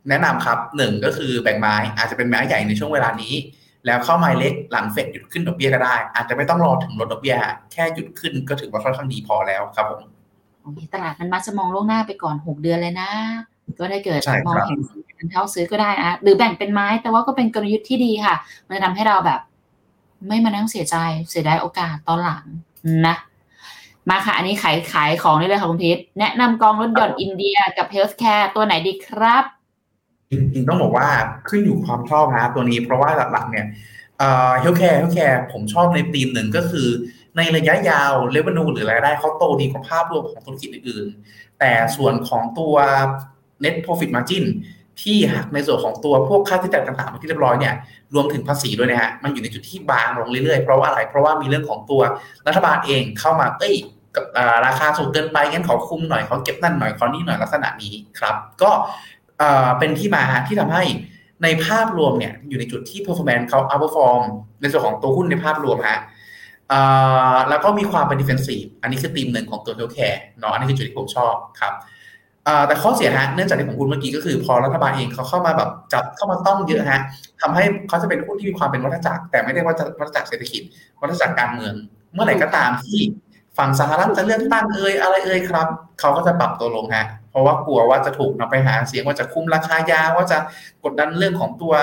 แนะนำครับหนึ่งก็คือแบ่งไม้อาจจะเป็นไม้ใหญ่ในช่วงเวลานี้แล้วเข้าไม้เล็กหลังเฟดหยุดขึ้นดอกเบี้ยก็ได้อาจจะไม่ต้องรอถึงลดดอกเบี้ยแค่หยุดขึ้นก็ถือว่าค่อนข้างดีพอแล้วครับผมโอเคตลาดมันมักจะมองล่วงหน้าไปก่อนหกเดือนเลยนะก็ได้เกิดมองเห็นสัญญาณเข้าซื้อก็ได้นะหรือแบ่งเป็นไม้แต่ว่าก็เป็นกลยุทธ์ที่ดีค่ะมันจะทำให้เราแบบไม่มานั่งเสียใจเสียดายโอกาสตอนหลังนะมาค่ะอันนี้ขายขายของได้เลยค่ะคุณพีทแนะนำกองรถยนต์อินเดียกับเฮลท์แคร์ตัวไหนดีครับจริงๆต้องบอกว่าขึ้นอยู่ความชอบนะตัวนี้เพราะว่าหลักๆเนี่ยเอ่อเฮลท์แคร์เฮลท์แคร์ผมชอบในธีมหนึ่งก็คือในระยะยาวเรเวนูหรือรายได้เขาโตดีกว่าภาพรวมของธุรกิจอื่นๆแต่ส่วนของตัว net profit margin ที่หักในส่วนของตัวพวกค่าใช้จ่ายต่างๆที่เรียบร้อยเนี่ยรวมถึงภาษีด้วยนะฮะมันอยู่ในจุดที่บางลงเรื่อยๆเพราะว่าอะไรเพราะว่ามีเรื่องของตัวรัฐบาลเองเข้ามาเอ้ยราคาสูงเกินไปงั้นขอคุมหน่อยขอเก็บนั่นหน่อยขอนี่หน่อยลักษณะนี้ครับก็เป็นที่มาที่ทำให้ในภาพรวมเนี่ยอยู่ในจุดที่ performance เขา outperform ในส่วนของตัวหุ้นในภาพรวมฮะแล้วก็มีความเป็น defensive อันนี้คือธีมหนึ่งของตัว healthcare เนาะอันนี้คือจุดที่ผมชอบครับแต่ข้อเสียฮะเนื่องจากที่ผมพูดเมื่อกี้ก็คือพอรัฐบาลเองเขาเข้ามาแบบจับเข้ามาต้องเยอะฮะทำให้เขาจะเป็นหุ้นที่มีความเป็นวัฏจักรแต่ไม่ได้วัฏจักรเศรษฐกิจวัฏจักรการเมืองเมื่อไหร่ก็ตามที่ฝั่งสหรัฐจะเลือกตั้งเอ่ยอะไรเอ่ยครับเขาก็จะปรับตัวลงฮะเพราะว่ากลัวว่าจะถูกนำไปหาเสียงว่าจะคุมราคายาว่าจะกดดันเรื่องของตัว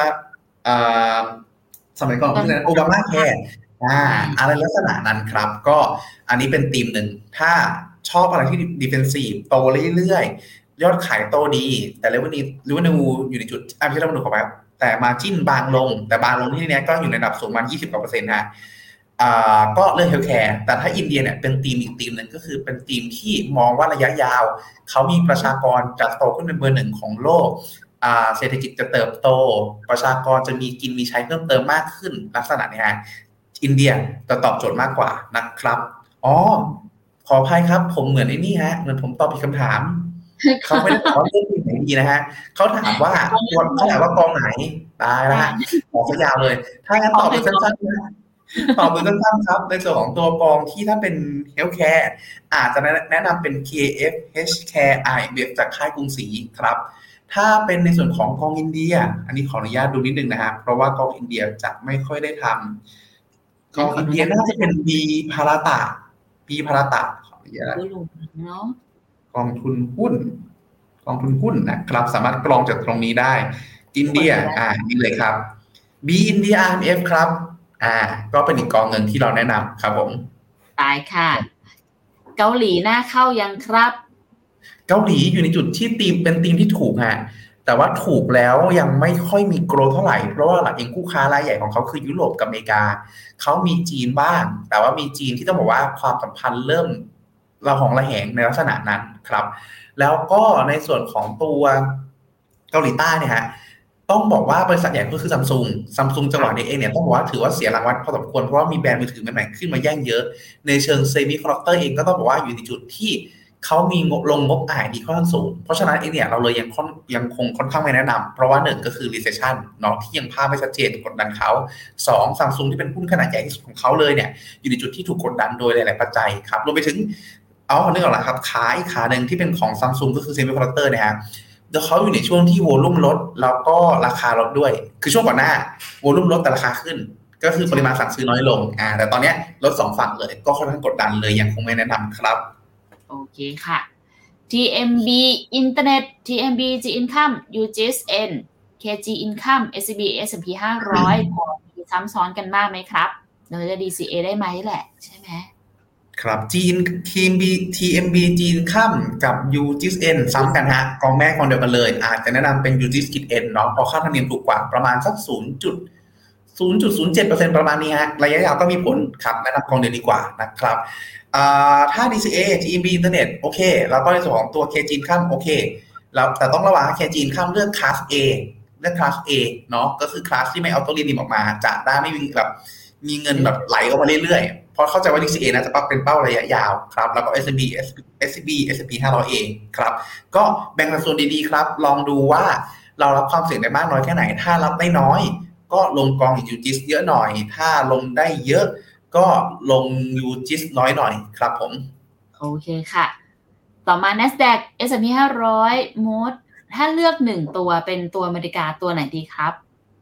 สมัยก่อนคือโอบามาแคร์อ่าอะไรลักษณะนั้นครับก็อันนี้เป็นธีมหนึ่งถ้าชอบอะไรที่ defensive โตเรื่อยๆยอดขายโตดีแต่เรเวนิวเรเวนิวอยู่ในจุดอ่ะไม่ใช่เรเวนิวขอไปแต่มาจิ้นบางลงแต่บางลงที่นี้ก็อยู่ในระดับสูงประมาณยี่สิบกว่าเปอร์เซ็นต์ฮะก็เรื่องเฮลท์แคร์แต่ถ้าอินเดียเนี่ยเป็นธีมอีกธีมหนึ่งก็คือเป็นธีมที่มองว่าระยะยาวเขามีประชากรจะโตขึ้นเป็นเบอร์หนึ่งของโลกเศรษฐกิจจะเติบโตประชากรจะมีกินมีใช้เพิ่มเติมมากขึ้นลักษณะนี้ฮะอินเดียจะตอบโจทย์มากกว่านะครับอ๋อขออภัยครับผมเหมือนไอ้นี่ฮะเหมือนผมตอบผิดคำถามเขาไม่ได้ตอบว่าเรื่องไหนดีนะฮะเขาถามว่าเขาถามว่ากองไหนตายแล้วฮะขอสักยาวเลยถ้างั้นตอบเป็นสั้นๆนะตอบเป็นสั้นๆครับในส่วนของตัวกองที่ถ้าเป็น Healthcare อาจจะแนะนำเป็น เค เอฟ H Care ไอ เอ บี เอฟ จากค่ายกรุงศรีครับถ้าเป็นในส่วนของกองอินเดียอันนี้ขออนุญาตดูนิดนึงนะฮะเพราะว่ากองอินเดียจะไม่ค่อยได้ทำกองอินเดียน่าจะเป็น B พาราตะ B พาราตะขออนุญาตกองทุนหุ้นกองทุนหุ้นนะครับสามารถกรองจากตรงนี้ได้อินเดียอ่านี่เลยครับ B อินเดีย อาร์ เอ็ม เอฟ ครับอ่าก็เป็นอีกกองเงินที่เราแนะนำครับผมตายค่ะเกาหลีน่าเข้ายังครับเกาหลีอยู่ในจุดที่ธีมเป็นธีมที่ถูกฮะแต่ว่าถูกแล้วยังไม่ค่อยมีโกรธเท่าไหร่เพราะว่าหลักเองคู่ค้ารายใหญ่ของเขาคือยุโรปกับอเมริกาเขามีจีนบ้างแต่ว่ามีจีนที่ต้องบอกว่าความสัมพันธ์เริ่มระหองระแหงในลักษณะนั้นครับแล้วก็ในส่วนของตัวเกาหลีใต้เนี่ยฮะต้องบอกว่าบริษัทใหญ่ก็คือ Samsung Samsung จังหวะนี้เองเนี่ยต้องบอกว่าถือว่าเสียรางวัลพอสมควรเพราะว่ามีแบรนด์มือถือใหม่ๆขึ้นมาแย่งเยอะในเชิงเซมิคอนดักเตอร์เองก็ต้องบอกว่าอยู่ในจุดที่เขามีงบลงงบ อาร์ แอนด์ ดี ค่อนข้างสูงเพราะฉะนั้นเองเนี่ยเราเลยยังค่อนยังคงค่อนข้างไม่แนะนำเพราะว่าหนึ่งก็คือ recession เนาะที่ยังภาพไม่ชัดเจนกดดันเขาสอง Samsung ที่เป็นหุ้นขนาดใหญ่ที่สุดของเขาเลยเนี่ยอยู่ในจุดที่ถูกกดดันโดยหลายๆปัจจัยครับรวมไปถึงเอาเรื่องอะไรครับขาอีกขาหนึ่งที่เป็นของ Samsung ก็คือ Semiconductor นะฮะเดี๋ยวเขาอยู่ในช่วงที่โวลุ่มลดแล้วก็ราคาลดด้วยคือช่วงก่อนหน้าโวลุ่มลดแต่ราคาขึ้นก็คือปริมาณสั่งซื้อน้อยลงอ่าแต่ตอนนี้ลดสองฝั่งเลยก็ค่อนข้างกดดันเลยยังคงไม่แนะนำครับโอเคค่ะ ที เอ็ม บี Internet ที เอ็ม บี G Income ยู จี เอส เอ็น เค จี Income เอส ซี บี เอส แอนด์ พี ห้าร้อยพอมีซ้ำซ้อนกันมากไหมครับเราจะ ดี ซี เอ ได้ไหมแหละใช่ไหมครับจีนทีม ที เอ็ม บี จีนค่ำกับ ยู จี เอส เอ็น ซ้ำกันฮะกองแม่กองเดียวกันเลยอาจจะแนะนำเป็น ยู จี เอส เอ็น เนาะเพราะค่าธรรมเนียมถูกกว่าประมาณสัก ศูนย์จุดศูนย์ศูนย์เจ็ดเปอร์เซ็นต์ ประมาณนี้ฮะระยะยาวก็มีผลครับแนะนำกองเดียวดีกว่านะครับถ้า ดี ซี เอ ที เอ็ม บี Internet โอเคแล้วก็ในส่วนของตัว K จีนค่ำโอเคแล้วแต่ต้องระวัง K จีนค่ำเลือกคลาส A เลือกคลาส A เนาะก็คือคลาสที่ไม่เอาตัวรีดิมออกมาจะได้ไม่มีแบบมีเงินแบบไหลออกมาเรื่อยๆเพราะเข้าใจว่า ดี ซี เอ นะจะเป็นเป้าระยะยาวครับแล้วก็ เอส เอ็ม บี เอส ซี บี เอส พี ห้าร้อย เอ ครับก็แบ่งสัดส่วนดีๆครับลองดูว่าเรารับความเสี่ยงได้มากน้อยแค่ไหนถ้ารับได้น้อยก็ลงกองยูจิสเยอะหน่อยถ้าลงได้เยอะก็ลงยูจิสน้อยหน่อยครับผมโอเคค่ะต่อมา Nasdaq เอส แอนด์ พี ห้าร้อย Mode ถ้าเลือกหนึ่งตัวเป็นตัวอเมริกาตัวไหนดีครับ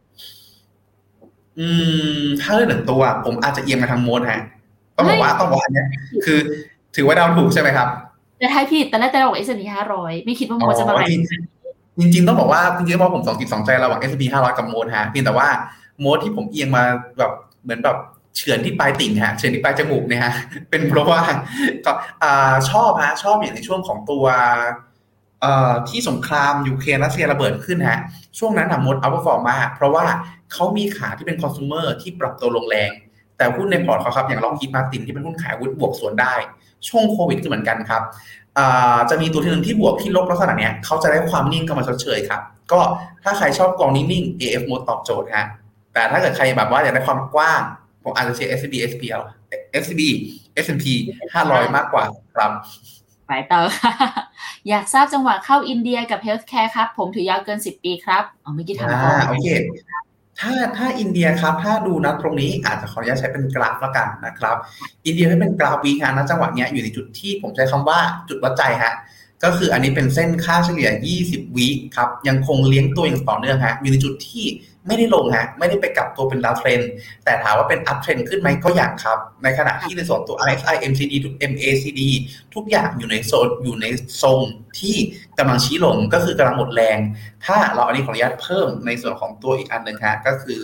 อืมถ้าเลือกหนึ่งตัวผมอาจจะเอียงมาทางโมดฮะต้องบอกว่าต้องบอกอันนี้คือถือว่าเดาถูกใช่ไหมครับแต่ท้ายผิดแต่แรกแต่เราบอก เอส แอนด์ พี ห้าร้อยไม่คิดว่าโมดจะมาแรงจริงๆต้องบอกว่าจริงๆว่าผมสองจิตสองใจระหว่าง เอส แอนด์ พี ห้าร้อยกับโมดฮะเพียงแต่ว่าโมดที่ผมเอียงมาแบบเหมือนแบบเฉือนที่ปลายติ่งฮะเฉือนที่ปลายจมูกเนี่ยฮะเป็นเพราะว่าก็อ่าชอบฮะชอบอย่างในช่วงของตัวเอ่อที่สงครามยูเครนรัสเซียระเบิดขึ้นฮะช่วงนั้นน่ะโมดอัพเปอร์ฟอร์มมากเพราะว่าเขามีขาที่เป็นคอน sumer ที่ปรับตัวลงแรงแต่หุ้นในพอร์ตเขาครับอย่างล็อกฮีดมาร์ตินที่เป็นหุ้นขายอาวุธบวกสวนได้ช่วงโควิดก็เหมือนกันครับจะมีตัวที่หนึ่งที่บวกที่ลบลักษณะเนี้ยเขาจะได้ความนิ่งเข้ามาชดเชยครับก็ถ้าใครชอบกองนิ่งๆ เอ เอฟ Mode ตอบโจทย์ฮะแต่ถ้าเกิดใครแบบว่าอยากได้ความกว้างผมอาจจะเชียร์ เอส ซี บี เอส พี แอล เอส ซี บี เอส แอนด์ พี ห้าร้อยมากกว่าครับไปต่อค่ะอยากทราบจังหวะเข้าอินเดียกับ Healthcare ครับผมถือยาวเกินสิบปีครับอ๋อเมื่อกี้ถามก่อนโอเคถ้าถ้าอินเดียครับถ้าดูนะตรงนี้อาจจะขออนุญาตใช้เป็นกราฟละกันนะครับอินเดียให้เป็นกราฟวีคนะจังหวะนี้อยู่ในจุดที่ผมใช้คำว่าจุดวัดใจฮะก็คืออันนี้เป็นเส้นค่าเฉลี่ยยี่สิบวีคครับยังคงเลี้ยงตัวอย่างต่อเนื่องฮะอยู่ในจุดที่ไม่ได้ลงฮะไม่ได้ไปกลับตัวเป็นดาวเทรนแต่ถามว่าเป็นอัพเทรนขึ้นไหมก็อยากครับในขณะที่ในส่วนตัว อาร์ เอส ไอ เอ็ม ซี ดี เอ็ม เอ ซี ดี ทุกอย่างอยู่ในโซนอยู่ในทรงที่กำลังชี้ลงก็คือกำลังหมดแรงถ้าเราอันนี้ขออนุญาตเพิ่มในส่วนของตัวอีกอันนึงฮะก็คือ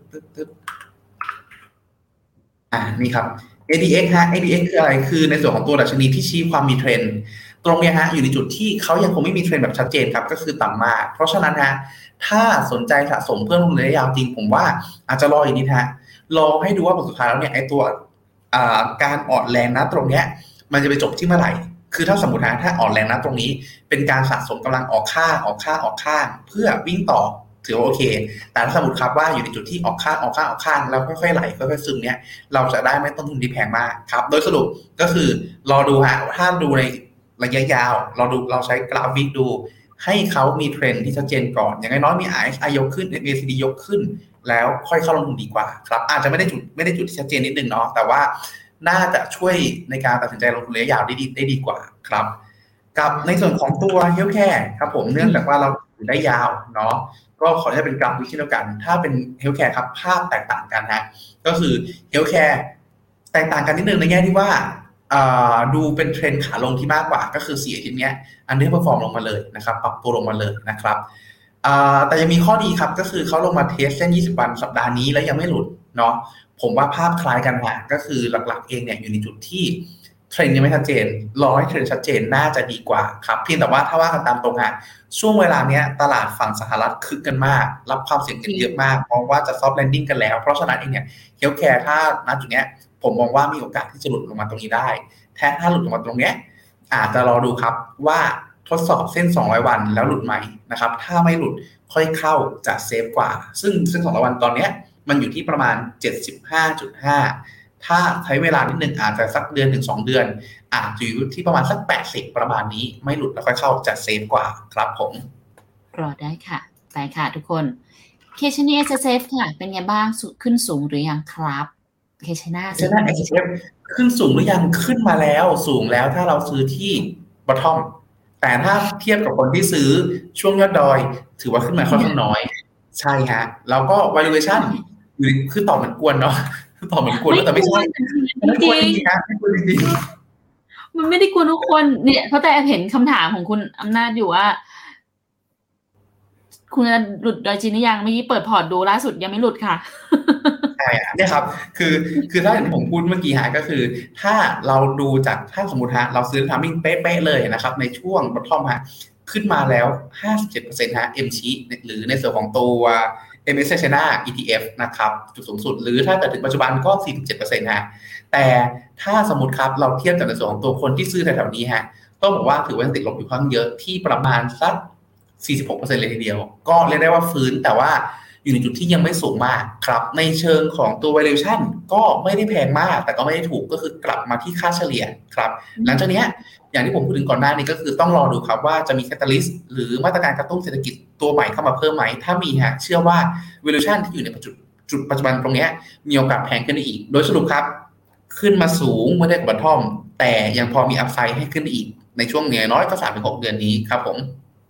อ่านี่ครับ เอ ดี เอ็กซ์ ฮะ เอ ดี เอ็กซ์ คืออะไรคือในส่วนของตัวดัชนีที่ชี้ความมีเทรนด์ตรงนี้ฮะอยู่ในจุดที่เขายังคงไม่มีเทรนด์แบบชัดเจนครับก็คือต่ำมากเพราะฉะนั้นฮะถ้าสนใจสะสมเพื่อลงทุนระยะยาวจริงผมว่าอาจจะรออีกนิดฮะรอให้ดูว่าผลสุดท้ายแล้วเนี่ยไอ้ตัวการอ่อนแรงนะตรงเนี้ยมันจะไปจบที่เมื่อไหร่คือถ้าสมมตินะถ้าอ่อนแรงนะตรงนี้เป็นการสะสมกำลังออกข้างออกข้างออกข้างเพื่อวิ่งต่อถือว่าโอเคแต่ถ้าสมมติครับว่าอยู่ในจุดที่ออกข้างออกข้างออกข้างแล้วค่อยๆไหลค่อยๆซึมเนี้ยเราจะได้ไม่ต้นทุนที่แพงมากครับโดยสรุปก็คือรอดูฮะถ้าดูในระยะยาวเราดูเราใช้กราฟวิกดูให้เขามีเทรนด์ที่ชัดเจนก่อนอย่างน้อยมี อาร์ เอส ไอ ยกขึ้น เอ ซี ดี ยกขึ้นแล้วค่อยเข้าลงทุนดีกว่าครับอาจจะไม่ได้จุดไม่ได้จุดที่ชัดเจนนิดนึงเนาะแต่ว่าน่าจะช่วยในการตัดสินใจลงทุนระยะยาวได้ดีได้ดีกว่าครับกับในส่วนของตัว Healthcare ครับผมเนื่องจากว่าเราถือได้ยาวเนาะก็ขอให้เป็นกราฟวิกเช่นเดียวกันถ้าเป็น Healthcare ครับภาพแตกต่างกันฮะก็คือ Healthcare แตกต่างกันนิดนึงในแง่ที่ว่าดูเป็นเทรนด์ขาลงที่มากกว่าก็คือสี่อาทิตย์นี้อันนี้เพอร์ฟอร์มลงมาเลยนะครับปรับตัวลงมาเลยนะครับแต่ยังมีข้อดีครับก็คือเขาลงมาเทสเส้นยี่สิบวันสัปดาห์นี้แล้วยังไม่หลุดเนาะผมว่าภาพคล้ายกันฮะก็คือหลักๆเองเนี่ยอยู่ในจุดที่เทรนด์ยังไม่ชัดเจนรอให้เทรนด์ชัดเจนน่าจะดีกว่าครับเพียงแต่ว่าถ้าว่ากันตามตรงฮะช่วงเวลาเนี้ยตลาดฝั่งสหรัฐคึกกันมากรับความเสี่ยงกันเยอะมากเพราะว่าจะซอฟต์แลนดิ้งกันแล้วเพราะฉะนั้นเองเนี่ยเฮลท์แคร์ถ้าณจุดเนี้ยผมมองว่ามีโอกาสที่จะหลุดลงมาตรงนี้ได้แท้ถ้าหลุดลงมาตรงเนี้ยอาจจะรอดูครับว่าทดสอบเส้นสองร้อยวันแล้วหลุดไหมนะครับถ้าไม่หลุดค่อยเข้าจะเซฟกว่าซึ่งเส้นสองร้อยวันตอนเนี้ยมันอยู่ที่ประมาณ เจ็ดสิบห้าจุดห้า ถ้าใช้เวลานิดนึงอาจจะสักเดือนถึงสองเดือนอาจจะอยู่ที่ประมาณสักแปดสิบประมาณนี้ไม่หลุดแล้วค่อยเข้าจะเซฟกว่าครับผมรอได้ค่ะไปค่ะทุกคนเคชนี เอส เอฟ ค่ะเป็นไงบ้างขึ้นสูงหรือยังครับเคชนาเคชนา เอส เอฟ ขึ้นสูงหรือยังขึ้นมาแล้วสูงแล้วถ้าเราซื้อที่ bottom แต่ถ้าเทียบกับคนที่ซื้อช่วงยอดดอยถือว่าขึ้นมาค่อนข้างน้อยใช่ฮะแล้วก็ valuation คือตอบเหมือนกวนเนาะตอบเหมือนกวนแต่ไม่ใช่ไม่กวนจริงๆนะไม่กวนจริงๆมันไม่ได้กวนทุกคนเนี่ยเพราะแต่เห็นคำถามของคุณอำนาจอยู่ว่าคุณหลุดดอยจีนยังเมื่อกี้เปิดพอร์ตดูล่าสุดยังไม่หลุดค่ะใช่เนี่ยครับคือคือถ้าอย่างผมพูดเมื่อกี้ฮะก็คือถ้าเราดูจากถ้าสมมุติฮะเราซื้อทามมิ่งเป๊ะๆเลยนะครับในช่วงบอททอมฮะขึ้นมาแล้ว ห้าสิบเจ็ดเปอร์เซ็นต์ ฮะ เอ็ม ชี หรือในส่วนของตัว เอ็ม เอส ซี China อี ที เอฟ นะครับจุดสูงสุดหรือถ้าเกิดถึงปัจจุบันก็ สี่สิบเจ็ดเปอร์เซ็นต์ ฮะแต่ถ้าสมมุติครับเราเทียบจากในส่วนของตัวคนที่ซื้อแถวๆนี้ฮะต้องบอกว่าถือว่าติดลบอยู่ค่อนข้างเยอะที่ประมาณสัก สี่สิบหกเปอร์เซ็นต์ เลยทีเดียวก็เรียกได้ว่าฟื้นแต่ว่าอยู่ในจุดที่ยังไม่สูงมากครับในเชิงของตัว valuation ก็ไม่ได้แพงมากแต่ก็ไม่ได้ถูกก็คือกลับมาที่ค่าเฉลี่ยครับหลังจากนี้อย่างที่ผมพูดถึงก่อนหน้านี้ก็คือต้องรอดูครับว่าจะมี catalyst หรือมาตรการกระตุ้นเศรษฐกิจตัวใหม่เข้ามาเพิ่มไหมถ้ามีฮะเชื่อว่า valuation ที่อยู่ในจุดจุดปัจจุบันตรงนี้มีโอกาสแพงขึ้นได้อีกโดยสรุปครับขึ้นมาสูงเมื่อเทียบกับบอททอมแต่ยังพอมี upside ให้ขึ้นได้อีกในช่วงเนี้ยน้อยก็ สามถึงหก เดือนนี้ครับผมโอเค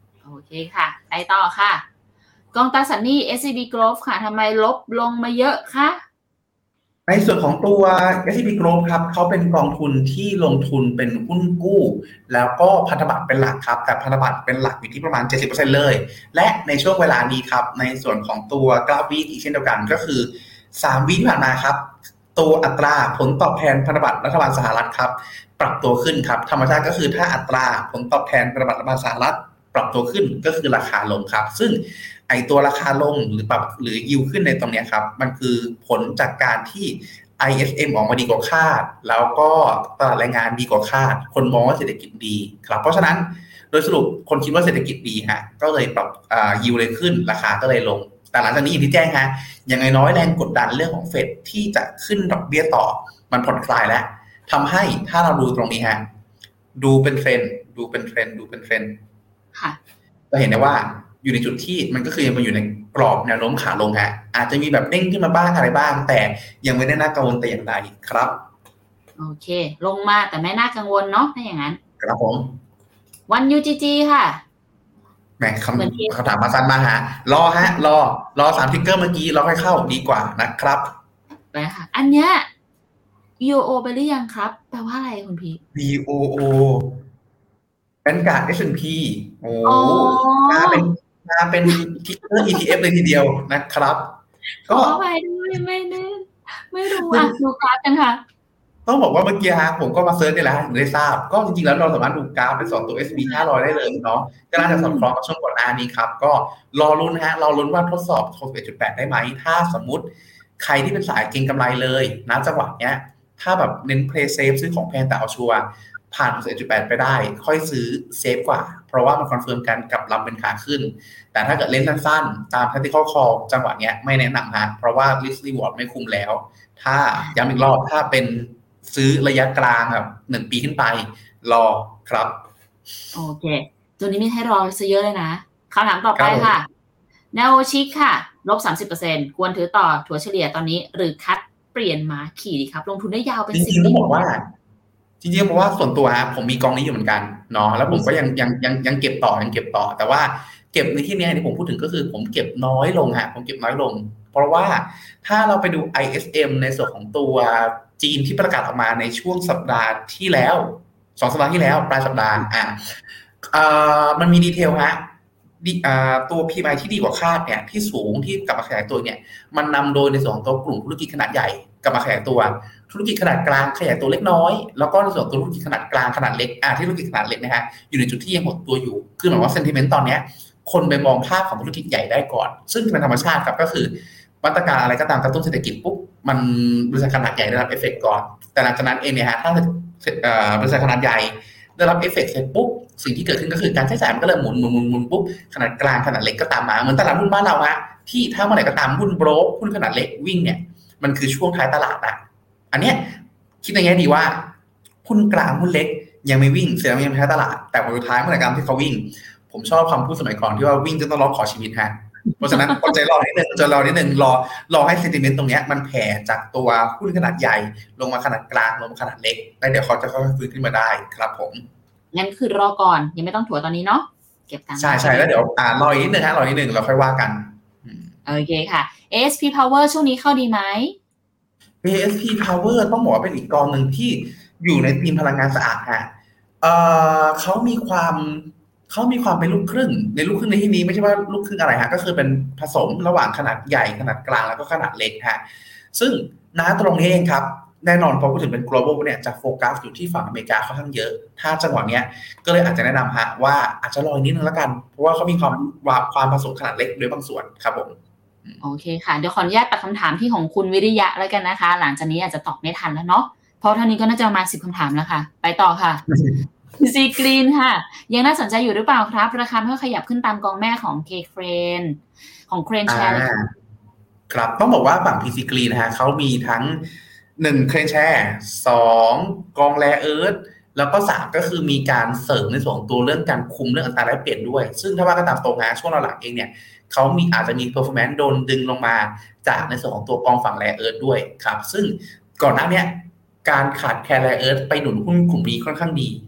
เคค่ะไปต่อค่ะกองตราสารหนี้ เอส ซี บี Growth ค่ะทำไมลบลงมาเยอะคะในส่วนของตัว เอส ซี บี Group ครับเขาเป็นกองทุนที่ลงทุนเป็นหุ้นกู้แล้วก็พันธบัตรเป็นหลักครับแต่พันธบัตรเป็นหลักอยู่ที่ประมาณ เจ็ดสิบเปอร์เซ็นต์ เลยและในช่วงเวลานี้ครับในส่วนของตัวกราฟวีคอีกเช่นเดียวกันก็คือสามวีคที่ผ่านมาครับตัวอัตราผลตอบแทนพันธบัตรรัฐบาลสหรัฐครับปรับตัวขึ้นครับธรรมชาติก็คือถ้าอัตราผลตอบแทนพันธบัตรรัฐบาลสหรัฐปรับตัวขึ้นก็คือราคาลงครับซึ่งไอตัวราคาลงหรือปรับหรือยิวขึ้นในตรงนี้ครับมันคือผลจากการที่ ไอ เอส เอ็ม ออกมาดีกว่าคาดแล้วก็ตลาดแรงงานดีกว่าคาดคนมองว่าเศรษฐกิจดีครับเพราะฉะนั้นโดยสรุปคนคิดว่าเศรษฐกิจดีฮะก็เลยปรับอ่ายิวเลยขึ้นราคาก็เลยลงแต่หลังจากนี้อย่างที่แจ้งฮะอย่างน้อยแรงกดดันเรื่องของเฟดที่จะขึ้นดอกเบี้ยต่อมันผ่อนคลายแล้วทำให้ถ้าเราดูตรงนี้ฮะดูเป็นเทรนด์ดูเป็นเทรนด์ดูเป็นเทรนด์ค่ะจะเห็นได้ว่าอยู่ในจุดที่มันก็คือยังมาอยู่ในกรอบแนวโน้มขาลงฮะอาจจะมีแบบเด้งขึ้นมาบ้างอะไรบ้างแต่ยังไม่ได้น่ากังวลแต่อย่างใดครับโอเคลงมาแต่ไม่น่ากังวลเนาะถ้าอย่างนั้นครับผมวัน ยู จี จี ค่ะแหมคำคำถามมาสั้นมาฮะรอฮะรอรอสามทิกเกอร์เมื่อกี้เราให้เข้าดีกว่านะครับไปค่ะอันเนี้ย บี โอ โอ ไปหรือยังครับแปลว่าอะไรคุณพี่บี โอ โอ เป็นการ์ด เอส แอนด์ พี โอ้มาเป็นมาเป็นทิกเกอร์ อี ที เอฟ เลยทีเดียวนะครับก็ขอไปด้วยไม่แน่ไม่รู้อ่ะดูกราฟกันค่ะต้องบอกว่าเมื่อกี้ฮะผมก็มาเซิร์ชได้แล้วถึงได้ทราบก็จริงๆแล้วเราสามารถดูกราฟในสองตัว เอส แอนด์ พี ห้าร้อยได้เลยเนาะก็น่าจะสอดคล้องกับช่วงก่อนหน้านี้ครับก็รอลุ้นฮะรอลุ้นว่าทดสอบ หกสิบเอ็ดจุดแปด ได้ไหมถ้าสมมุติใครที่เป็นสายเก็งกำไรเลยณจังหวะเนี้ยถ้าแบบเน้น play safe ซื้อของแพงแต่เอาชัวร์ผ่าน หกสิบเอ็ดจุดแปด ไปได้ค่อยซื้อเซฟกว่าเพราะว่ามันคอนเฟิร์มกันกับลำเป็นขาขึ้นแต่ถ้าเกิดเล่นสั้นๆตาม tactical call จังหวะเนี้ยไม่แนะนำฮะเพราะว่า risk reward ไม่คุ้มแล้วถ้าย้ำอีกรอบถ้าเป็นซื้อระยะกลางครับหนึ่งปีขึ้นไปรอครับโอเคตัวนี้มีให้รอซะเยอะเลยนะคำถามต่อไปค่ะแนวชิคค่ะลบ สามสิบเปอร์เซ็นต์ ควรถือต่อถัวเฉลี่ยตอนนี้หรือคัดเปลี่ยนมาขี่ดีครับลงทุนได้ยาวเป็นสิบปีจริงๆต้องบอกว่าจริงๆบอกว่าส่วนตัวผมมีกองนี้อยู่เหมือนกันเนาะแล้วผมก็ยังยังยังยังเก็บต่อยังเก็บต่อแต่ว่าเก็บในที่นี้ที่ผมพูดถึงก็คือผมเก็บน้อยลงฮะผมเก็บน้อยลงเพราะว่าถ้าเราไปดู ไอ เอส เอ็ม ในส่วนของตัวจีนที่ประกาศออกมาในช่วงสัปดาห์ที่แล้วสองสัปดาห์ที่แล้วปลายสัปดาห์อ่ะเอ่อมันมีดีเทลฮะตัว พี เอ็ม ไอ ที่ดีกว่าคาดเนี่ยที่สูงที่กลับมาขยายตัวเนี่ยมันนำโดยในส่วนของตัวกลุ่มธุรกิจขนาดใหญ่กลับมาขยายตัวธุรกิจขนาดกลางขยายตัวเล็กน้อยแล้วก็ในส่วนตัวธุรกิจขนาดกลางขนาดเล็กอ่ะที่ธุรกิจขนาดเล็กนะฮะอยู่ในจุดที่ยังหดตัวอยู่คือหมายว่าเซนติเมนต์ตอนนี้คนไปมองภาพของธุรกิจใหญ่ได้ก่อนซึ่งเป็นธรรมชาติครับก็คือมาตรการอะไรก็ตามกระตุ้นเศรษฐกิจปุ๊บมันบริษัทขนาดใหญ่ได้รับเอฟเฟกต์ก่อนแต่หลังจากนั้นเองเนี่ยฮะถ้าบริษัทขนาดใหญ่ได้รับเอฟเฟกต์เสร็จปุ๊บสิ่งที่เกิดขึ้นก็คือการใช้จ่ายมันก็เริ่มหมุนหมุนหมุนหมุนปุ๊บขนาดกลางขนาดเล็กก็ตามมาเหมือนตลาดหุ้นบ้านเราฮะที่ถ้าเมื่อไหร่ก็ตามหุ้นโบรกหุ้นขนาดเล็กวิ่งเนี่ยมันคือช่วงท้ายตลาดอะอันเนี้ยคิดในแง่ดีว่าหุ้นกลางหุ้นเล็กยังไม่วิ่งเสียยังไม่ท้ายตลาดแต่ผลสุดท้ายเมื่อไหร่ก็ตามที่เขาวิ่งผมชอบคำพูดสมัยก่อนที่ว่าวิ่งจนต้องร้องขอชีวิตฮะเพราะฉะนั้นอดใจรอนิดนึงจะรอนิดนึงรอรอให้เซนติเมนต์ตรงนี้มันแผ่จากตัวหุ้นขนาดใหญ่ลงมาขนาดกลางลงมาขนาดเล็กแล้วเดี๋ยวเขาจะค่อยๆฟื้นขึ้นมาได้ครับผมงั้นคือรอก่อนยังไม่ต้องถัวตอนนี้เนาะเก็บตังค์ใช่ใช่แล้วเดี๋ยวอ่ารออีกนิดนึงฮะรอนิดนึงเราค่อยว่ากันโอเคค่ะ เอ เอส พี Power ช่วงนี้เข้าดีไหมเอ เอส พี Power ต้องบอกว่าเป็นอีกกองหนึ่งที่อยู่ในธีมพลังงานสะอาดฮะเอ่อเขามีความเขามีความเป็นลูกครึ่งในลูกครึ่งในที่นี้ไม่ใช่ว่าลูกครึ่งอะไรฮะก็คือเป็นผสมระหว่างขนาดใหญ่ขนาดกลางแล้วก็ขนาดเล็กฮะซึ่งณตรงนี้เองครับแน่นอนพอพูดถึงเป็น global เนี่ยจะโฟกัสอยู่ที่ฝั่งอเมริกาค่อนข้างเยอะถ้าจังหวะเนี้ยก็เลยอาจจะแนะนำฮะว่าอาจจะรออีกนิดนึงแล้วกันเพราะว่าเขามีความความผสมขนาดเล็กด้วยบางส่วนครับผมโอเคค่ะเดี๋ยวขออนุญาตตัดคำถามที่ของคุณวิริยะแล้วกันนะคะหลังจากนี้อาจจะตอบไม่ทันแล้วเนาะเพราะเท่านี้ก็น่าจะประมาณสิบคำถามแล้วค่ะไปต่อค่ะ ซี Green ค่ะยังน่าสนใจอยู่หรือเปล่าครับราคาเพิ่มขยับขึ้นตามกองแม่ของ K Crane ของ Crane Share ครับต้องบอกว่าฝั่ง พี ซี Green นะฮะเขามีทั้งหนึ่ง Crane Share สองกองแรเอิร์ธแล้วก็สามก็คือมีการเสริมในส่วนตัวเรื่องการคุมเรื่องอัตราแลกเปลี่ยนด้วยซึ่งถ้าว่าก็ตามตรงนะช่วงหลังเองเนี่ยเขามีอาจจะมี performance โดนดึงลงมาจากในส่วนของตัวกองฝั่งแรเอิร์ธด้วยครับซึ่งก่อนหน้านี้การขาดแคลนแรเอิร์ธไปหนุนหุ้นกลุ่มนี้ค่อนข้างดี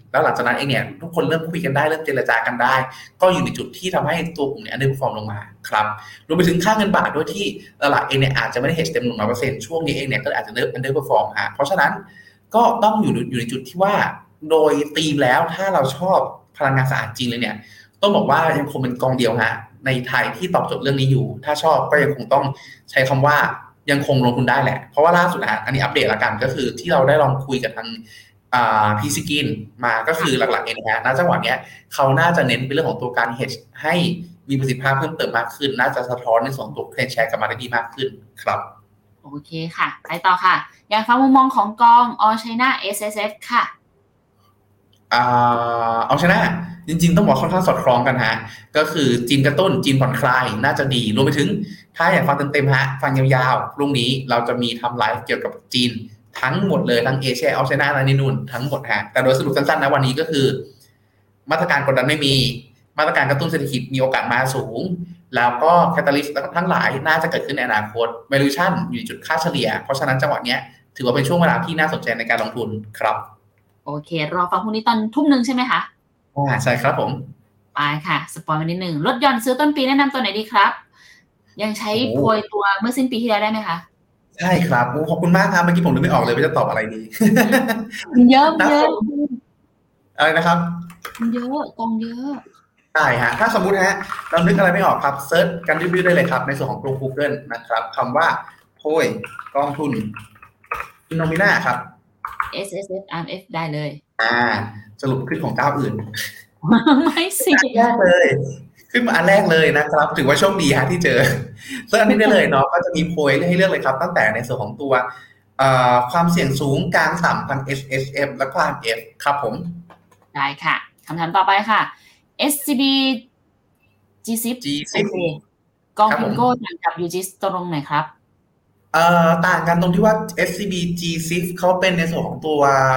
แล้วหลังจากนั้นเองเนี่ยทุกคนเริ่มคุยกันได้เริ่มเจรจากันได้ก็อยู่ในจุดที่ทำให้ตัวกลุ่มเนี่ย underperform ลงมาครับรวมไปถึงค่าเงินบาทด้วยที่ตลาดเองเนี่ยอาจจะไม่ได้ hedge เต็ม หนึ่งร้อยเปอร์เซ็นต์ ช่วงนี้เองเนี่ยก็อาจจะ underperform ฮะเพราะฉะนั้นก็ต้องอยู่อยู่ในจุดที่ว่าโดยธีมแล้วถ้าเราชอบพลังงานสะอาดจริงเลยเนี่ยต้องบอกว่ายังคงเป็นกองเดียวฮะในไทยที่ตอบโจทย์เรื่องนี้อยู่ถ้าชอบก็ยังคงต้องใช้คำว่ายังคงลงทุนได้แหละเพราะว่าล่าสุดนะอันนี้อัปเดตละกันก็คือที่เราได้ลองคุยกับทางอ่าพีซีกินมาก็คือหลักๆเองนะฮะณจังหวะเนี้ยเขาน่าจะเน้นเป็นเรื่องของตัวการ hedge ให้มีประสิทธิภาพเพิ่มเติมมากขึ้นน่าจะสะท้อนในส่วนตัวเทรนด์แชร์กลับมาได้ดีมากขึ้นครับโอเคค่ะไปต่อค่ะอยากฟังมุมมองของกอง All China เอส เอส เอฟ ค่ะอ่าเอาชนะจริงๆต้องบอกค่อนข้างสอดคล้องกันฮะก็คือจีนกระตุ้นจีนผ่อนคลายน่าจะดีรวมไปถึงถ้าอยากฟังเต็มๆฮะฟังยาวๆพรุ่งนี้เราจะมีทำไลฟ์เกี่ยวกับจีนทั้งหมดเลยทั้งเอเชียเอาชนะและนี่นู่นทั้งหมดฮะแต่โดยสรุปสั้นๆนะวันนี้ก็คือมาตรการกดดันไม่มีมาตรการกระตุ้นเศรษฐกิจมีโอกาสมาสูงแล้วก็แคตาลิสต์ทั้งหลายน่าจะเกิดขึ้นในอนาคต valuation อยู่ในจุดค่าเฉลี่ยเพราะฉะนั้นจังหวะนี้ถือว่าเป็นช่วงเวลาที่น่าสนใจในการลงทุนครับโอเครอฟังพรุ่งนี้ตอนทุ่มนึงใช่ไหมคะอ่าใช่ครับผมไปค่ะสปอยล์มานิดหนึ่งลดหย่อนซื้อต้นปีแนะนำตัวไหนดีครับยังใช้โพยตัวเมื่อสิ้นปีที่แล้วได้ไหมคะใช่ครับขอบคุณมากครับเมื่อกี้ผมนึกไม่ออกเลยว่าจะตอบอะไรดีเยอะเยอะอะไรนะครับเยอะกองเยอะใช่ฮะถ้าสมมุติฮะเรานึกอะไรไม่ออกครับเซิร์ชกันรีวิวได้เลยครับในส่วนของตัว Google นะครับคำว่าโพยกองทุนอินโนมิน่าครับเอส เอส เอฟ อาร์ เอฟ ได้เลยอ่าสรุปขึ้นของเจ้าอื่นไม่สิแรกเลยขึ้นมาอันแรกเลยนะครับถือว่าโชคดีฮะที่เจอเซิร์ชอันนี้ได้เลยเนาะก็จะมีโพยให้เลือกเลยครับตั้งแต่ในส่วนของตัวความเสี่ยงสูงกลางต่ำทาง เอส เอส เอฟ และ พี เอฟ ครับผมได้ค่ะคำถามต่อไปค่ะ เอส ซี บี จี ซิป กองพิมโก้ต่างกับ ยู จี ไอ เอส ตรงไหนครับเอ่อต่างกันตรงที่ว่า เอส ซี บี จี ซิป เขาเป็นในส่วนของตัว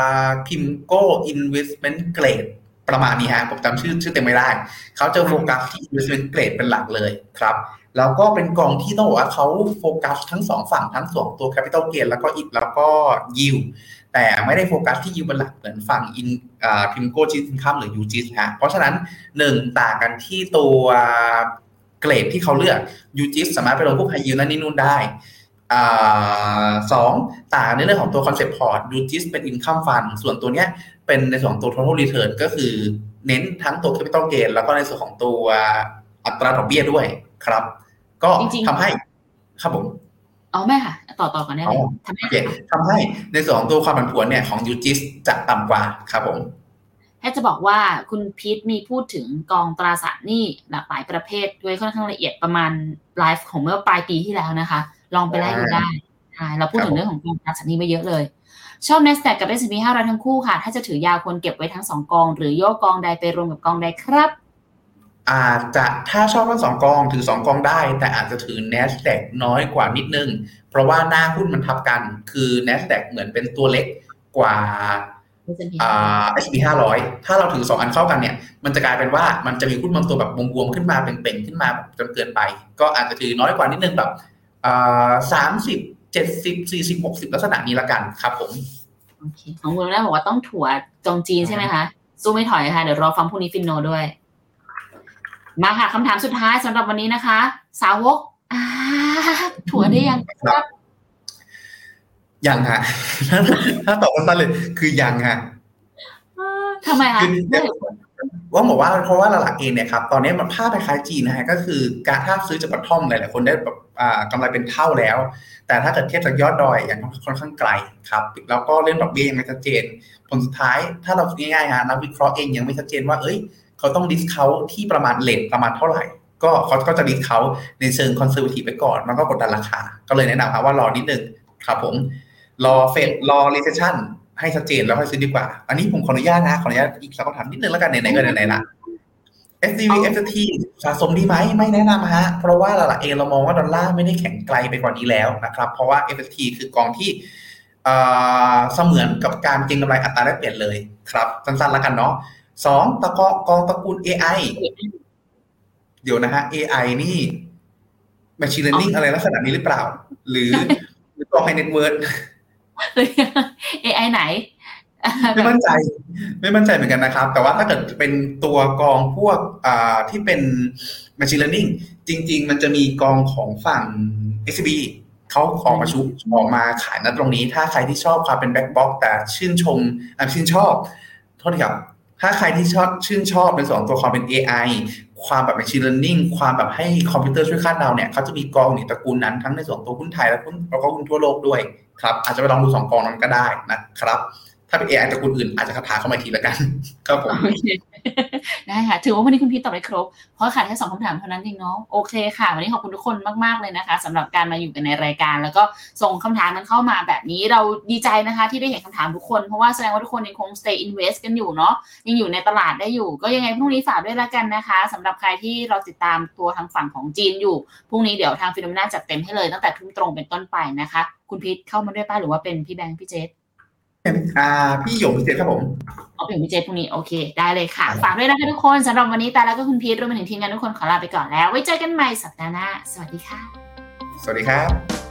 Pimco Investment Grade ประมาณนี้ฮะผมจำชื่อชื่อเต็มไม่ได้เขาจะโฟกัสที่ Investment Grade เป็นหลักเลยครับแล้วก็เป็นกองที่ต้องบอกว่าเขาโฟกัสทั้งสองฝั่งทั้งสองตัว Capital Gain แล้วก็อีกแล้วก็ Yield แต่ไม่ได้โฟกัสที่ Yield เป็นหลักเหมือนฝั่ง In อ่า Pimco Income หรือ ยู จี ไอ เอส ฮะเพราะฉะนั้นหนึ่งต่างกันที่ตัวเกรดที่เขาเลือก ยู จี ไอ เอส สามารถไปลงพวก High Yield นั่นนี่นู่นได้อ่าสองต่างในเรื่องของตัว Concept Port ยู จี ไอ เอส เป็น Income Fund ส่วนตัวเนี้ยเป็นในส่วนของตัว Total Return ก็คือเน้นทั้งตัว Capital Gain แล้วก็ในส่วนของตัวอัตราดอกเบี้ยด้วยครับก็ทำให้ครับผมเอาแม่ค่ะต่อต่อกันได้เลยทำให้ทำให้ในส่วนของตัวความผันผวนเนี่ยของ ยู จี ไอ เอส จะต่ำกว่าครับผมแค่จะบอกว่าคุณพีทมีพูดถึงกองตราสารหนี้หลากหลายประเภทด้วยค่อนข้างละเอียดประมาณไลฟ์ของเมื่อปลายปีที่แล้วนะคะลองไปไล่ดูได้ใช่เราพูดถึงเรื่องของกองตราสารหนี้ไปเยอะเลยชอบ Nasdaq กับ เอส แอนด์ พี ห้าร้อยทั้งคู่ค่ะถ้าจะถือยาวควรเก็บไว้ทั้งสองกองหรือโยกกองใดไปรวมกับกองใดครับอาจจะถ้าชอบทั้งสองกองถือสองกองได้แต่อาจจะถือ Nasdaq น้อยกว่านิดนึงเพราะว่าหน้าหุ้นมันทับกันคือ Nasdaq เหมือนเป็นตัวเล็กกว่าอ่า เอส แอนด์ พี ห้าร้อยถ้าเราถือสองอันเข้ากันเนี่ยมันจะกลายเป็นว่ามันจะมีหุ้นบางตัวแบบบวมๆขึ้นมาเป่งๆขึ้นมาจนเกินไปก็อาจจะถือน้อยกว่านิดนึงแบบอ่าสามสิบ เจ็ดสิบ สี่สิบ หกสิบลักษณะนี้ละกันครับผมโอเคของคุณแม่บอกว่าต้องถั่วจงจีนใช่ไหมคะสู้ไม่ถอยค่ะเดี๋ยวรอฟังพรุ่งนี้ฟินโนด้วยมาค่ะคำถามสุดท้ายสำหรับวันนี้นะคะสาวกถั่วได้ยังครับยังฮะถ้าตอบสั้นเลยคือยังฮะทำไมคะว่าบอกว่าเพราะว่าหลักๆเองเนี่ยครับตอนนี้มันภาพคล้ายจีนนะฮะก็คือการถ้าซื้อจากบอททอมหลายๆคนได้แบบกำไรเป็นเท่าแล้วแต่ถ้าเกิดเทียบจากยอดดอยยังค่อนข้างไกลครับแล้วก็เรื่องดอกเบี้ยยังไม่ชัดเจนผลสุดท้ายถ้าเราคิดง่ายๆฮะนักวิเคราะห์เองยังไม่ชัดเจนว่าเอ้ยเขาต้องดิสเคาท์ที่ประมาณเลทประมาณเท่าไหร่ก็เขาก็จะดิสเคาท์ในเชิงคอนเซอร์เวทีฟไปก่อนมันก็กดดันราคาก็เลยแนะนำครับว่ารอนิดนึงครับผมรอเฟดรอรีเซสชั่นให้ชัดเจนแล้วค่อยซื้อดีกว่าอันนี้ผมขออนุญาตนะขออนุญาตอีกสักคำถามนิดนึงแล้วกันไหนๆก็ไหนๆละ เอส ซี วี เอฟ ที สะสมดีไหมไม่แนะนำฮะเพราะว่าหลักๆเองเรามองว่าดอลลาร์ไม่ได้แข็งไกลไปกว่านี้แล้วนะครับเพราะว่า เอฟ ที คือกองที่เสมือนกับการเก็งกำไรอัตราแลกเปลี่ยนเลยครับสั้นๆแล้วกันเนาะสองตะกอกองตระกูล เอ ไอ เดี๋ยวนะฮะ เอ ไอ นี่ machine learning อะไรลักษณะนี้หรือเปล่าหรือหรือกอง high net worth เอ ไอ ไหนไม่มั่นใจไม่มั่นใจเหมือนกันนะครับแต่ว่าถ้าเกิดเป็นตัวกองพวกอ่าที่เป็น machine learning จริงๆมันจะมีกองของฝั่ง เอส ซี บี เขาออกมาชุบออกมาขายณตรงนี้ถ้าใครที่ชอบความเป็น black box แต่ชื่นชมอ่าชื่นชอบโทษทีครับถ้าใครที่ชอบชื่นชอบในส่วนของตัวความเป็น เอ ไอ ความแบบ machine learning ความแบบให้คอมพิวเตอร์ช่วยคาดเดาเนี่ยเขาจะมีกองในตระกูลนั้นทั้งในส่วนตัวหุ้นไทยและหุ้นแล้วก็หุ้นทั่วโลกด้วยครับอาจจะไปลองดูสองกองนั้นก็ได้นะครับถ้าเป็น เอ ไอ ตระกูลอื่นอาจจะคาถาเข้ามาทีละกันครับผมโอเคได้ค่ะถือว่าวันนี้คุณพีทตอบได้ครบเพราะขาดแค่สองคำถามเท่านั้นเองเนาะโอเคค่ะวันนี้ขอบคุณทุกคนมากๆเลยนะคะสำหรับการมาอยู่กันในรายการแล้วก็ส่งคำถามมันเข้ามาแบบนี้เราดีใจนะคะที่ได้เห็นคำถามทุกคนเพราะว่าแสดงว่าทุกคนยังคง stay invest กันอยู่เนาะยังอยู่ในตลาดได้อยู่ก็ยังไงพรุ่งนี้ฝากด้วยละกันนะคะสำหรับใครที่เราติดตามตัวทางฝั่งของจีนอยู่พรุ่งนี้เดี๋ยวทาง Phenomena จัดเต็มให้เลยตั้งแต่ทุ่มตรงเป็นต้นไปนะคะคุณพีทเข้ามาด้วยป่ะหรือว่าเป็นพี่แบงค์พี่เจษอ่าพี่หยงพี่เจษครับผมเอาเป็นพี่เจษพรุ่งนี้โอเคได้เลยค่ะฝากด้วยนะคะทุกคนสำหรับวันนี้แต่แล้วก็คุณพีทรวมไปถึงทีมงานทุกคนขอลาไปก่อนแล้วไว้เจอกันใหม่สัปดาห์หน้าสวัสดีค่ะสวัสดีครับ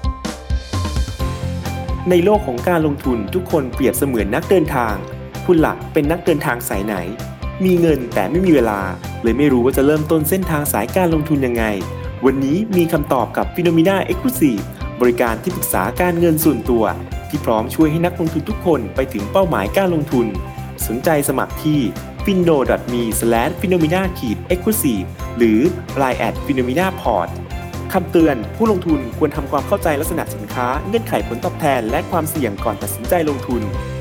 ในโลกของการลงทุนทุกคนเปรียบเสมือนนักเดินทางคุณหลักเป็นนักเดินทางสายไหนมีเงินแต่ไม่มีเวลาเลยไม่รู้ว่าจะเริ่มต้นเส้นทางสายการลงทุนยังไงวันนี้มีคำตอบกับ Phenomena Exclusive บริการที่ปรึกษาการเงินส่วนตัวที่พร้อมช่วยให้นักลงทุนทุกคนไปถึงเป้าหมายการลงทุนสนใจสมัครที่ ฟินโน ดอท มี สแลช ฟีโนมีนา เอ็กซ์คลูซีฟ หรือ ไลน์ แอท ฟีโนมีนาพอร์ต คำเตือนผู้ลงทุนควรทำความเข้าใจลักษณะสินค้าเงื่อนไขผลตอบแทนและความเสี่ยงก่อนตัดสินใจลงทุน